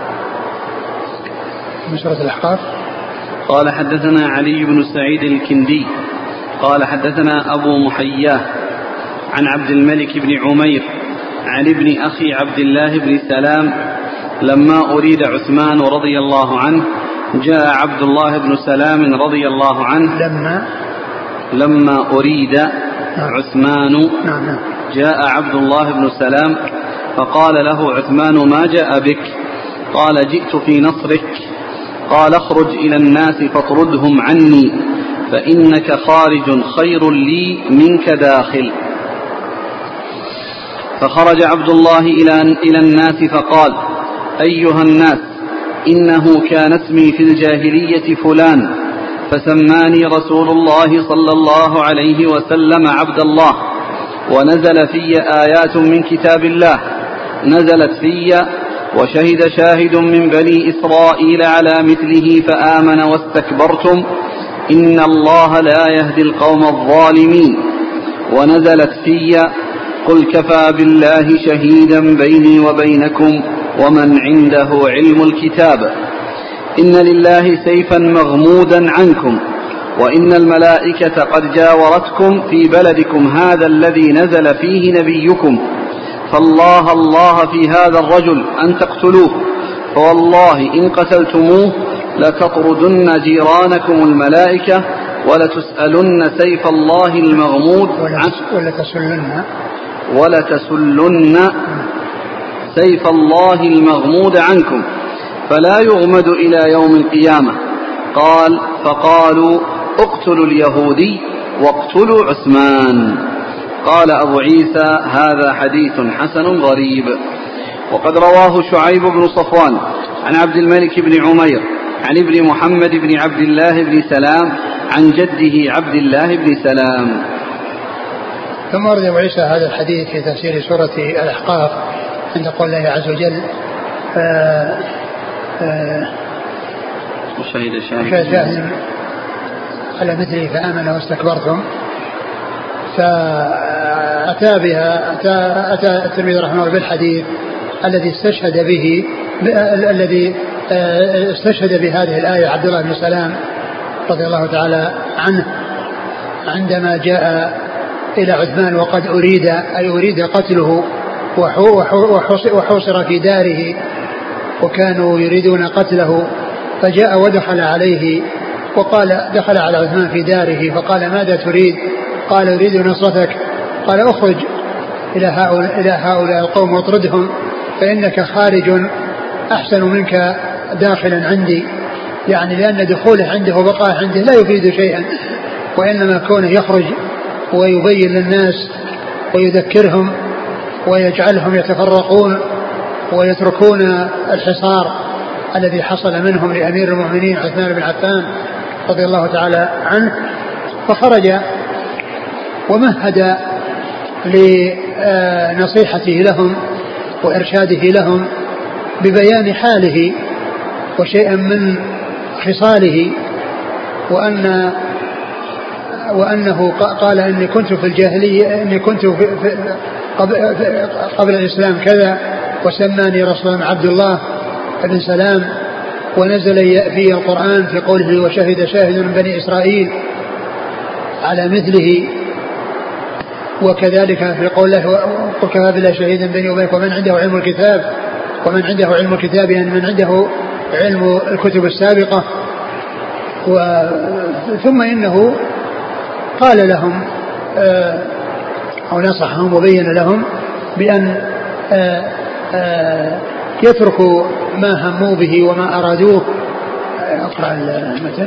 من سورة الأحقاف. قال حدثنا علي بن سعيد الكندي قال حدثنا أبو محياه عن عبد الملك بن عمير عن ابن أخي عبد الله بن سلام لما أريد عثمان رضي الله عنه جاء عبد الله بن سلام رضي الله عنه لما أريد عثمان. جاء عبد الله بن سلام فقال له عثمان ما جاء بك؟ قال جئت في نصرك. قال اخرج إلى الناس فاطردهم عني فإنك خارج خير لي منك داخل. فخرج عبد الله إلى الناس فقال أيها الناس إنه كان اسمي في الجاهلية فلان فسماني رسول الله صلى الله عليه وسلم عبد الله ونزل في آيات من كتاب الله نزلت في وشهد شاهد من بني إسرائيل على مثله فآمن واستكبرتم إن الله لا يهدي القوم الظالمين ونزلت في قل كفى بالله شهيدا بيني وبينكم ومن عنده علم الكتاب إن لله سيفا مغمودا عنكم وإن الملائكة قد جاورتكم في بلدكم هذا الذي نزل فيه نبيكم فالله الله في هذا الرجل أن تقتلوه فوالله إن قتلتموه لتطردن جيرانكم الملائكة ولتسألن سيف الله المغمود ولتسلن سيف الله المغمود عنكم فلا يغمد إلى يوم القيامة. قال فقالوا اقتلوا اليهودي واقتلوا عثمان. قال أبو عيسى هذا حديث حسن غريب. وقد رواه شعيب بن صفوان عن عبد الملك بن عمير عن ابن محمد بن عبد الله بن سلام عن جده عبد الله بن سلام. ثم ورد أبو عيسى هذا الحديث في تفسير سورة الأحقاف عند قول الله عز وجل وشهد شاهد على مثله فآمن واستكبرتم. فأتى بها أتى الترمذي رحمه الله بالحديث الذي استشهد بهذه الآية عبد الله بن سلام رضي الله تعالى عنه عندما جاء إلى عثمان وقد أريد قتله وحوصر في داره وكانوا يريدون قتله فجاء ودخل عليه وقال دخل على عثمان في داره فقال ماذا تريد؟ قال أريد نصرتك. قال أخرج إلى هؤلاء القوم واطردهم فإنك خارج أحسن منك داخلا عندي، يعني لأن دخوله عنده وبقاء عنده لا يفيد شيئا، وإنما كونه يخرج ويبين للناس ويذكرهم ويجعلهم يتفرقون ويتركون الحصار الذي حصل منهم لأمير المؤمنين عثمان بن عفان رضي الله تعالى عنه. فخرج ومهد لنصيحته لهم وإرشاده لهم ببيان حاله وشيئا من خصاله، وأنه قال إني كنت في الجاهلية، إني كنت قبل الإسلام كذا، وسماني رسول عبد الله بن سلام، ونزل في القرآن في قوله وشهد شاهد من بني إسرائيل على مثله، وكذلك في قوله قل كفى بالله شهيدا بيني وبينكم ومن عنده علم الكتاب، ومن عنده علم الكتاب يعني من عنده علم الكتب السابقة. ثم إنه قال لهم أو نصحهم وبين لهم بأن يتركوا ما هموا به وما أرادوه. أقرأ المثل.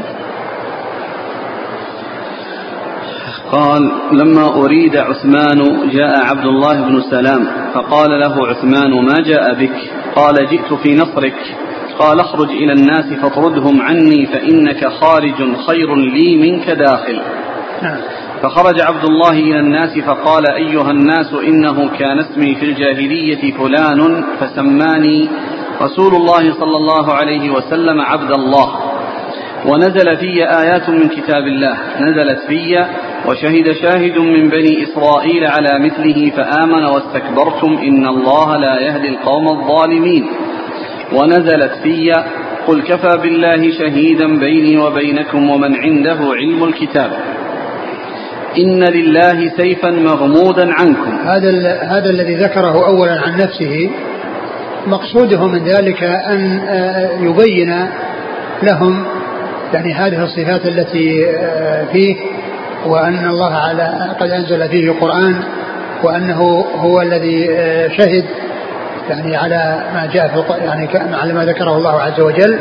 قال لما أريد عثمان جاء عبد الله بن سلام فقال له عثمان ما جاء بك؟ قال جئت في نصرك. قال اخرج إلى الناس فاطردهم عني فإنك خارج خير لي منك داخل. فخرج عبد الله إلى الناس فقال أيها الناس إنه كان اسمي في الجاهلية فلان فسماني رسول الله صلى الله عليه وسلم عبد الله ونزل في آيات من كتاب الله نزلت في وشهد شاهد من بني إسرائيل على مثله فآمن واستكبرتم إن الله لا يهدي القوم الظالمين ونزلت في قل كفى بالله شهيدا بيني وبينكم ومن عنده علم الكتاب إن لله سيفا مغمودا عنكم. هذا الذي ذكره أولا عن نفسه مقصوده من ذلك أن يبين لهم يعني هذه الصفات التي فيه، وأن الله قد أنزل فيه القرآن، وأنه هو الذي شهد يعني على ما جاء يعني على ما ذكره الله عز وجل،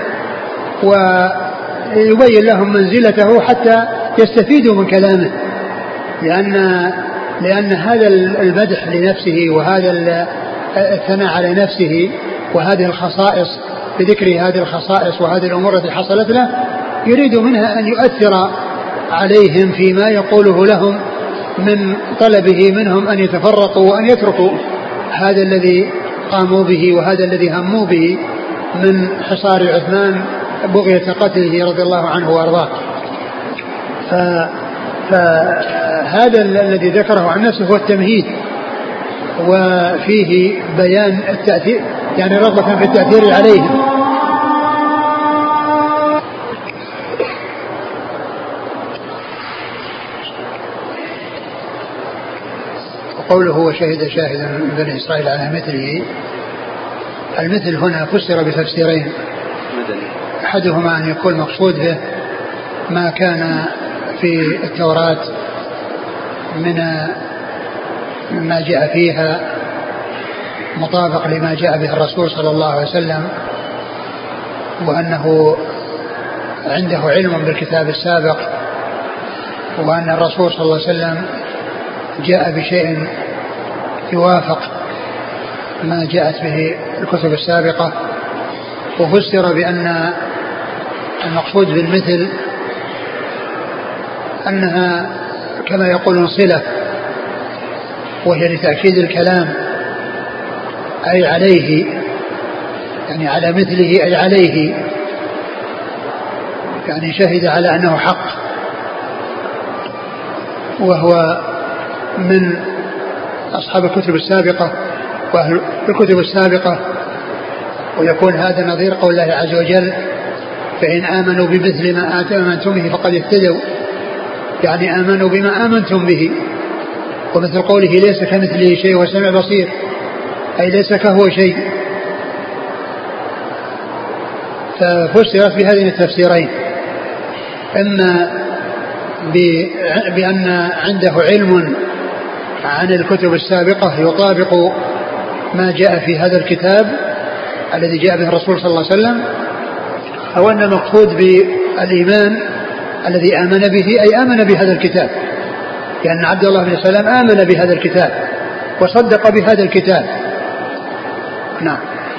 ويبين لهم منزلته حتى يستفيدوا من كلامه، لأن هذا المدح لنفسه وهذا الثناء على نفسه وهذه الخصائص بذكر هذه الخصائص وهذه الأمور التي حصلت له يريد منها أن يؤثر عليهم فيما يقوله لهم من طلبه منهم أن يتفرقوا وأن يتركوا هذا الذي قاموا به وهذا الذي هموا به من حصار عثمان بغية قتله رضي الله عنه وأرضاه. فهذا الذي ذكره عن نفسه هو التمهيد، وفيه بيان التأثير يعني رغبة في التأثير عليهم. وقوله وشهد شاهد من بني إسرائيل على مثله، المثل هنا فسر بتفسيرين، أحدهما أن يكون مقصود به ما كان في التوراة من ما جاء فيها مطابق لما جاء به الرسول صلى الله عليه وسلم، وأنه عنده علم بالكتاب السابق، وأن الرسول صلى الله عليه وسلم جاء بشيء يوافق ما جاءت به الكتب السابقة. وفسر بأن المقصود بالمثل أنها كما يقولون صلة، وهي لتأكيد الكلام أي عليه، يعني على مثله أي عليه، يعني شهد على أنه حق، وهو من أصحاب الكتب السابقة وأهل الكتب السابقة. ويكون هذا نظير قول الله عز وجل فإن آمنوا بمثل ما آمنتم به فقد اهتدوا، يعني آمنوا بما آمنتم به. ومثل قوله ليس كمثله شيء وهو السميع البصير، أي ليس كهو شيء. ففسرت بهذين التفسيرين، إما بأن عنده علم عن الكتب السابقة يطابق ما جاء في هذا الكتاب الذي جاء به الرسول صلى الله عليه وسلم، أو أن المقصود بالإيمان الذي آمن به أي آمن بهذا الكتاب، لأن عبد الله بن سلام آمن بهذا الكتاب وصدق بهذا الكتاب. نعم.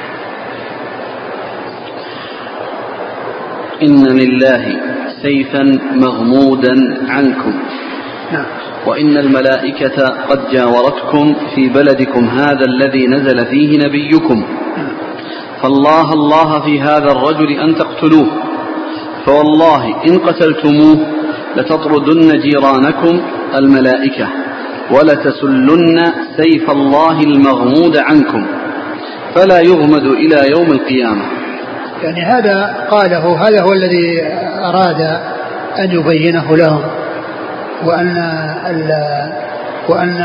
إن لله سيفا مغمودا عنكم. نعم. وإن الملائكة قد جاورتكم في بلدكم هذا الذي نزل فيه نبيكم، فالله الله في هذا الرجل أن تقتلوه، فوالله إن قتلتموه لتطردن جيرانكم الملائكة ولتسلن سيف الله المغمود عنكم فلا يغمد إلى يوم القيامة. يعني هذا قاله، هذا هو الذي أراد أن يبينه لهم، وأن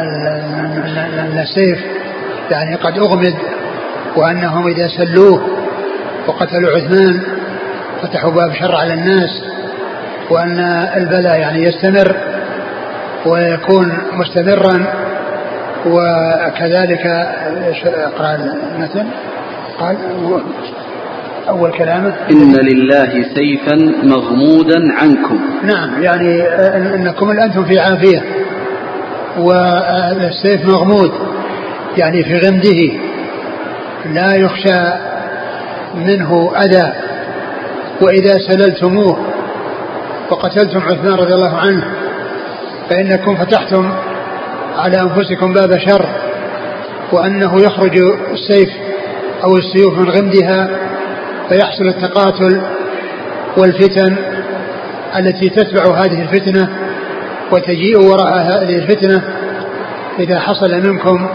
السيف يعني قد أغمد، وأنهم إذا سلوه وقتلوا عثمان فتحوا باب شر على الناس، وأن البلاء يعني يستمر ويكون مستمرا. وكذلك اقرأ المثل قال أول كلامه إن لله سيفا مغمودا عنكم. نعم، يعني أنكم أنتم في عافية والسيف مغمود يعني في غمده لا يخشى منه أذى، وإذا سللتموه وقتلتم عثمان رضي الله عنه فإنكم فتحتم على أنفسكم باب شر، وأنه يخرج السيف أو السيوف من غمدها فيحصل التقاتل والفتن التي تتبع هذه الفتنة وتجيء وراء هذه الفتنة إذا حصل منكم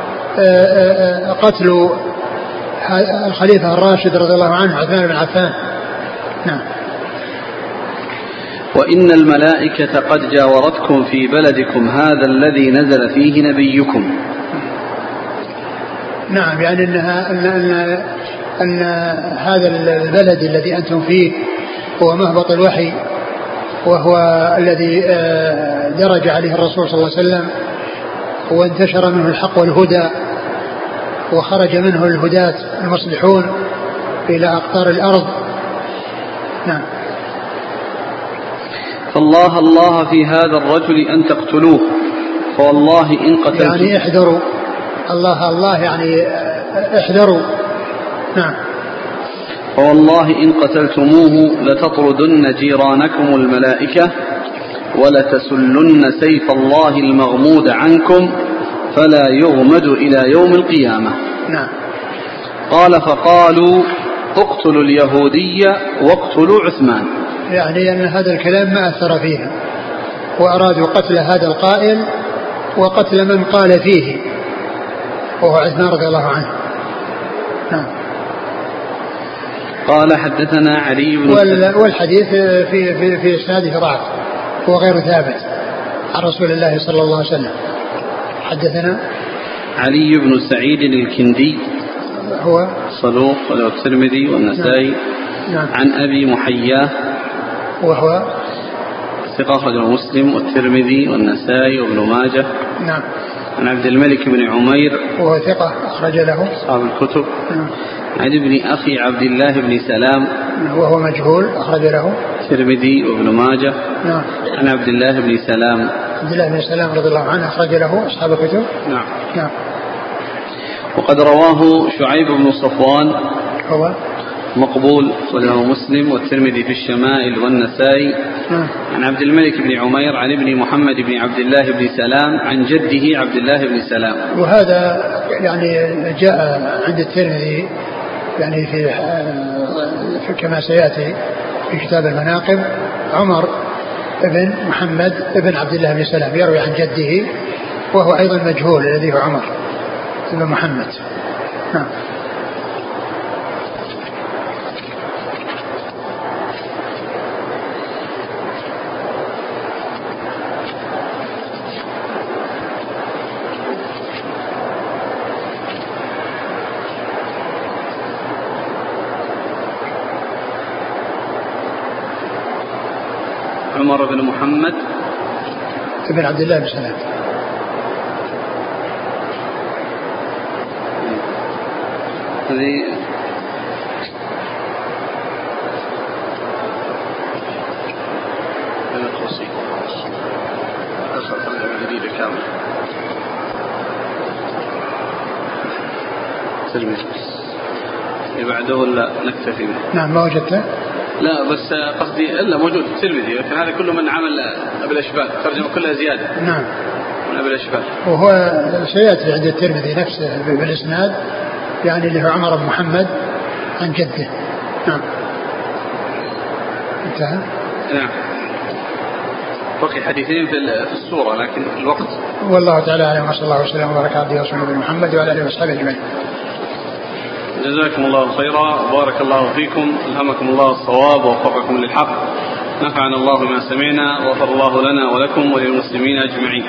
قتل الخليفة الراشد رضي الله عنه عثمان بن عفان. نعم. وإن الملائكة قد جاورتكم في بلدكم هذا الذي نزل فيه نبيكم. نعم، يعني أن هذا البلد الذي أنتم فيه هو مهبط الوحي، وهو الذي درج عليه الرسول صلى الله عليه وسلم، وانتشر منه الحق والهدى، وخرج منه الهداة المصلحون إلى أقطار الأرض. نعم. فالله الله في هذا الرجل أن تقتلوه، فوالله إن قتلتم، يعني احذروا، الله الله يعني احذروا. نعم. فوالله إن قتلتموه لتطردن جيرانكم الملائكة ولتسلن سيف الله المغمود عنكم فلا يغمد إلى يوم القيامة. نعم. قال فقالوا اقتلوا اليهودي واقتلوا عثمان. يعني أن هذا الكلام ما أثر فيهم، وأرادوا قتل هذا القائل وقتل من قال فيه وهو عثمان رضي الله عنه. نعم. قال حدثنا علي بن والحديث في إسناده ضعف، هو غير ثابت عن رسول الله صلى الله عليه وسلم. حدثنا علي بن سعيد الكندي هو صدوق وله الترمذي والنسائي. نعم. عن أبي محياه وهو ثقة أخرجه مسلم والترمذي والنسائي وابن ماجه. نعم. عن عبد الملك بن عمير وهو ثقة أخرج له أصحاب الكتب. نعم. عن ابن أخي عبد الله بن سلام وهو مجهول أخرج له الترمذي وابن ماجه. نعم. عن عبد الله بن سلام عبد الله بن سلام رضي الله عنه أخرج له أصحاب الكتب. نعم. نعم. وقد رواه شعيب بن صفوان هو مقبول وله مسلم والترمذي في الشمائل والنسائي. عن عبد الملك بن عمير عن ابن محمد بن عبد الله بن سلام عن جده عبد الله بن سلام. وهذا يعني جاء عند الترمذي يعني في كما سيأتي في كتاب المناقب عمر ابن محمد ابن عبد الله بن سلام يروي عن جده وهو أيضا مجهول الذي هو عمر ابن محمد. نعم. عمر بن محمد ابن عبد الله بن سلام. هذه القوسي أصل ترجمة جديدة كاملة تلميذ بعده ولا نكتفي به؟ نعم ما وجدته. لا بس قصدي إلا موجود في الترمذي، لكن هذا كله من عمل أبي الأشبال، ترجمة كلها زيادة. نعم. من أبي الأشبال. وهو سيأتي عند الترمذي نفسه بالإسناد يعني اللي هو عمر بن محمد عن جده. نعم. انتهى. نعم. بقي حديثين في السورة لكن الوقت. والله تعالى أعلم وصلى الله وسلم وبارك على رسوله محمد وعلى آله وصحبه أجمعين. جزاكم الله خيرا، بارك الله فيكم، ألهمكم الله الصواب ووفقكم للحق، نفعنا الله بما سمعنا وغفر الله لنا ولكم وللمسلمين أجمعين.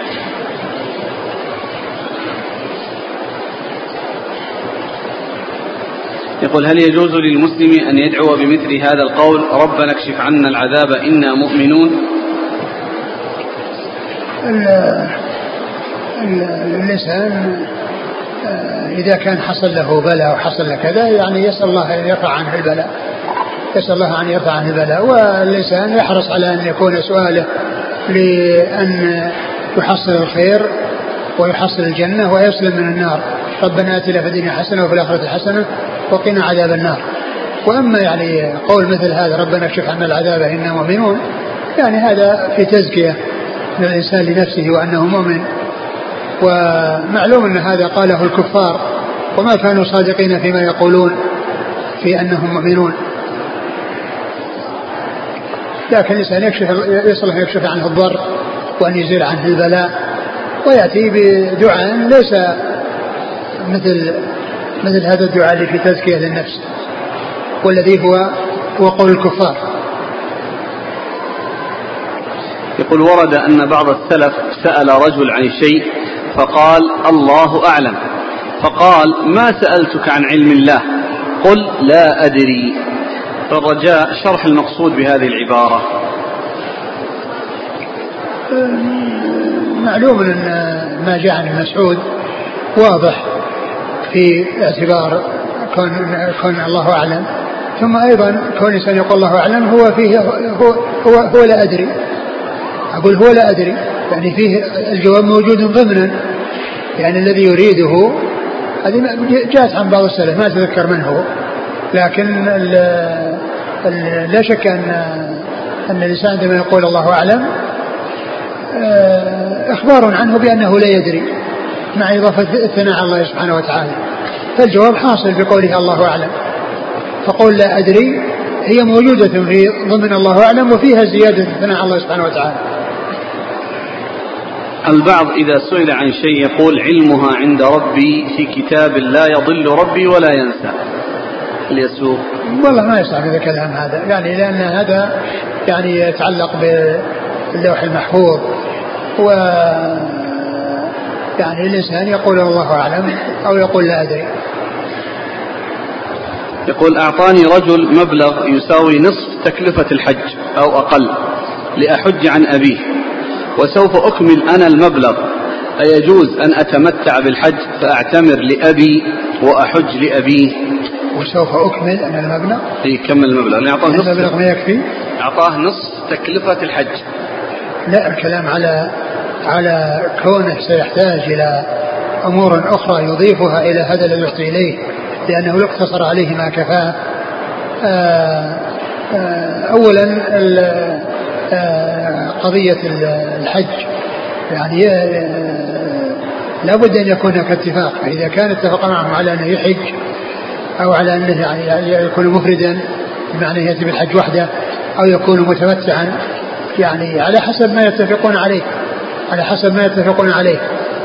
يقول هل يجوز للمسلم أن يدعو بمثل هذا القول ربنا اكشف عنا العذاب إنا مؤمنون؟ الإنسان إذا كان حصل له بلاء وحصل له كذا يعني يسأل الله أن يرفع عنه البلاء، يسأل الله أن يرفع عنه البلاء، والإنسان يحرص على أن يكون سؤاله لأن يحصل الخير ويحصل الجنة ويسلم من النار. ربنا آتنا في الدنيا حسنة وفي الآخرة حسنة وقنا عذاب النار. وأما يعني قول مثل هذا ربنا اكشف عنا العذاب إنا مؤمنون، يعني هذا في تزكية من الإنسان لنفسه وأنه مؤمن، ومعلوم أن هذا قاله الكفار وما كانوا صادقين فيما يقولون في أنهم مؤمنون. لكن الإنسان يصلح يكشف عنه الضر وأن يزيل عنه البلاء ويأتي بدعاء ليس مثل هذا الدعاء اللي في تزكية للنفس والذي هو قول الكفار. يقول ورد أن بعض السلف سأل رجل عن شيء فقال الله أعلم، فقال ما سألتك عن علم الله، قل لا أدري. فالرجاء شرح المقصود بهذه العبارة. معلوم أن ما جاء عن مسعود واضح في اعتبار كون الله أعلم، ثم أيضا كون الإنسان يقول الله أعلم هو فيه هو لا أدري. أقول هو لا أدري يعني فيه الجواب موجود ضمنا، يعني الذي يريده هذه جاءت عن بعض السلف ما أتذكر من هو، لكن لا شك أن الإنسان عندما يقول الله أعلم إخبار عنه بأنه لا يدري مع إضافة الثناء على الله سبحانه وتعالى، فالجواب حاصل بقوله الله أعلم. فقول لا أدري هي موجودة في ضمن الله أعلم وفيها زيادة الثناء على الله سبحانه وتعالى. البعض إذا سئل عن شيء يقول علمها عند ربي في كتاب لا يضل ربي ولا ينسى، هل يسوق؟ والله ما يصح هذا الكلام هذا، يعني لأن هذا يعني يتعلق باللوح المحفوظ، و يعني الإنسان يقول الله أعلم أو يقول لا أدري. يقول أعطاني رجل مبلغ يساوي نصف تكلفة الحج أو أقل لأحج عن أبيه، وسوف أكمل أنا المبلغ، أيجوز أن أتمتع بالحج فأعتمر لأبي وأحج لأبيه؟ وسوف أكمل أنا المبلغ؟ يكمل المبلغ، المبلغ ما يكفي؟ أعطاه نصف تكلفة الحج. لا، الكلام على كونه سيحتاج إلى أمور أخرى يضيفها إلى هذا الذي يعطي إليه، لأنه يقتصر عليه ما كفاه. أولا قضية الحج يعني لابد أن يكون هناك اتفاق، فإذا كان اتفق معهم على أنه يحج أو على أنه يعني يكون مفردا بمعنى يأتي بالحج وحده أو يكون متمتعا، يعني على حسب ما يتفقون عليه، على حسب ما يتفقون عليه.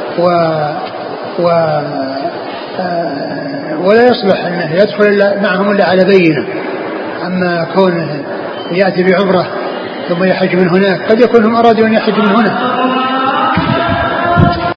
ولا يصلح أنه يدخل معهم إلا على بينة. أما كونه يأتي بعمرة ثم يحج من هناك، قد يكون هم أرادوا أن يحج من هنا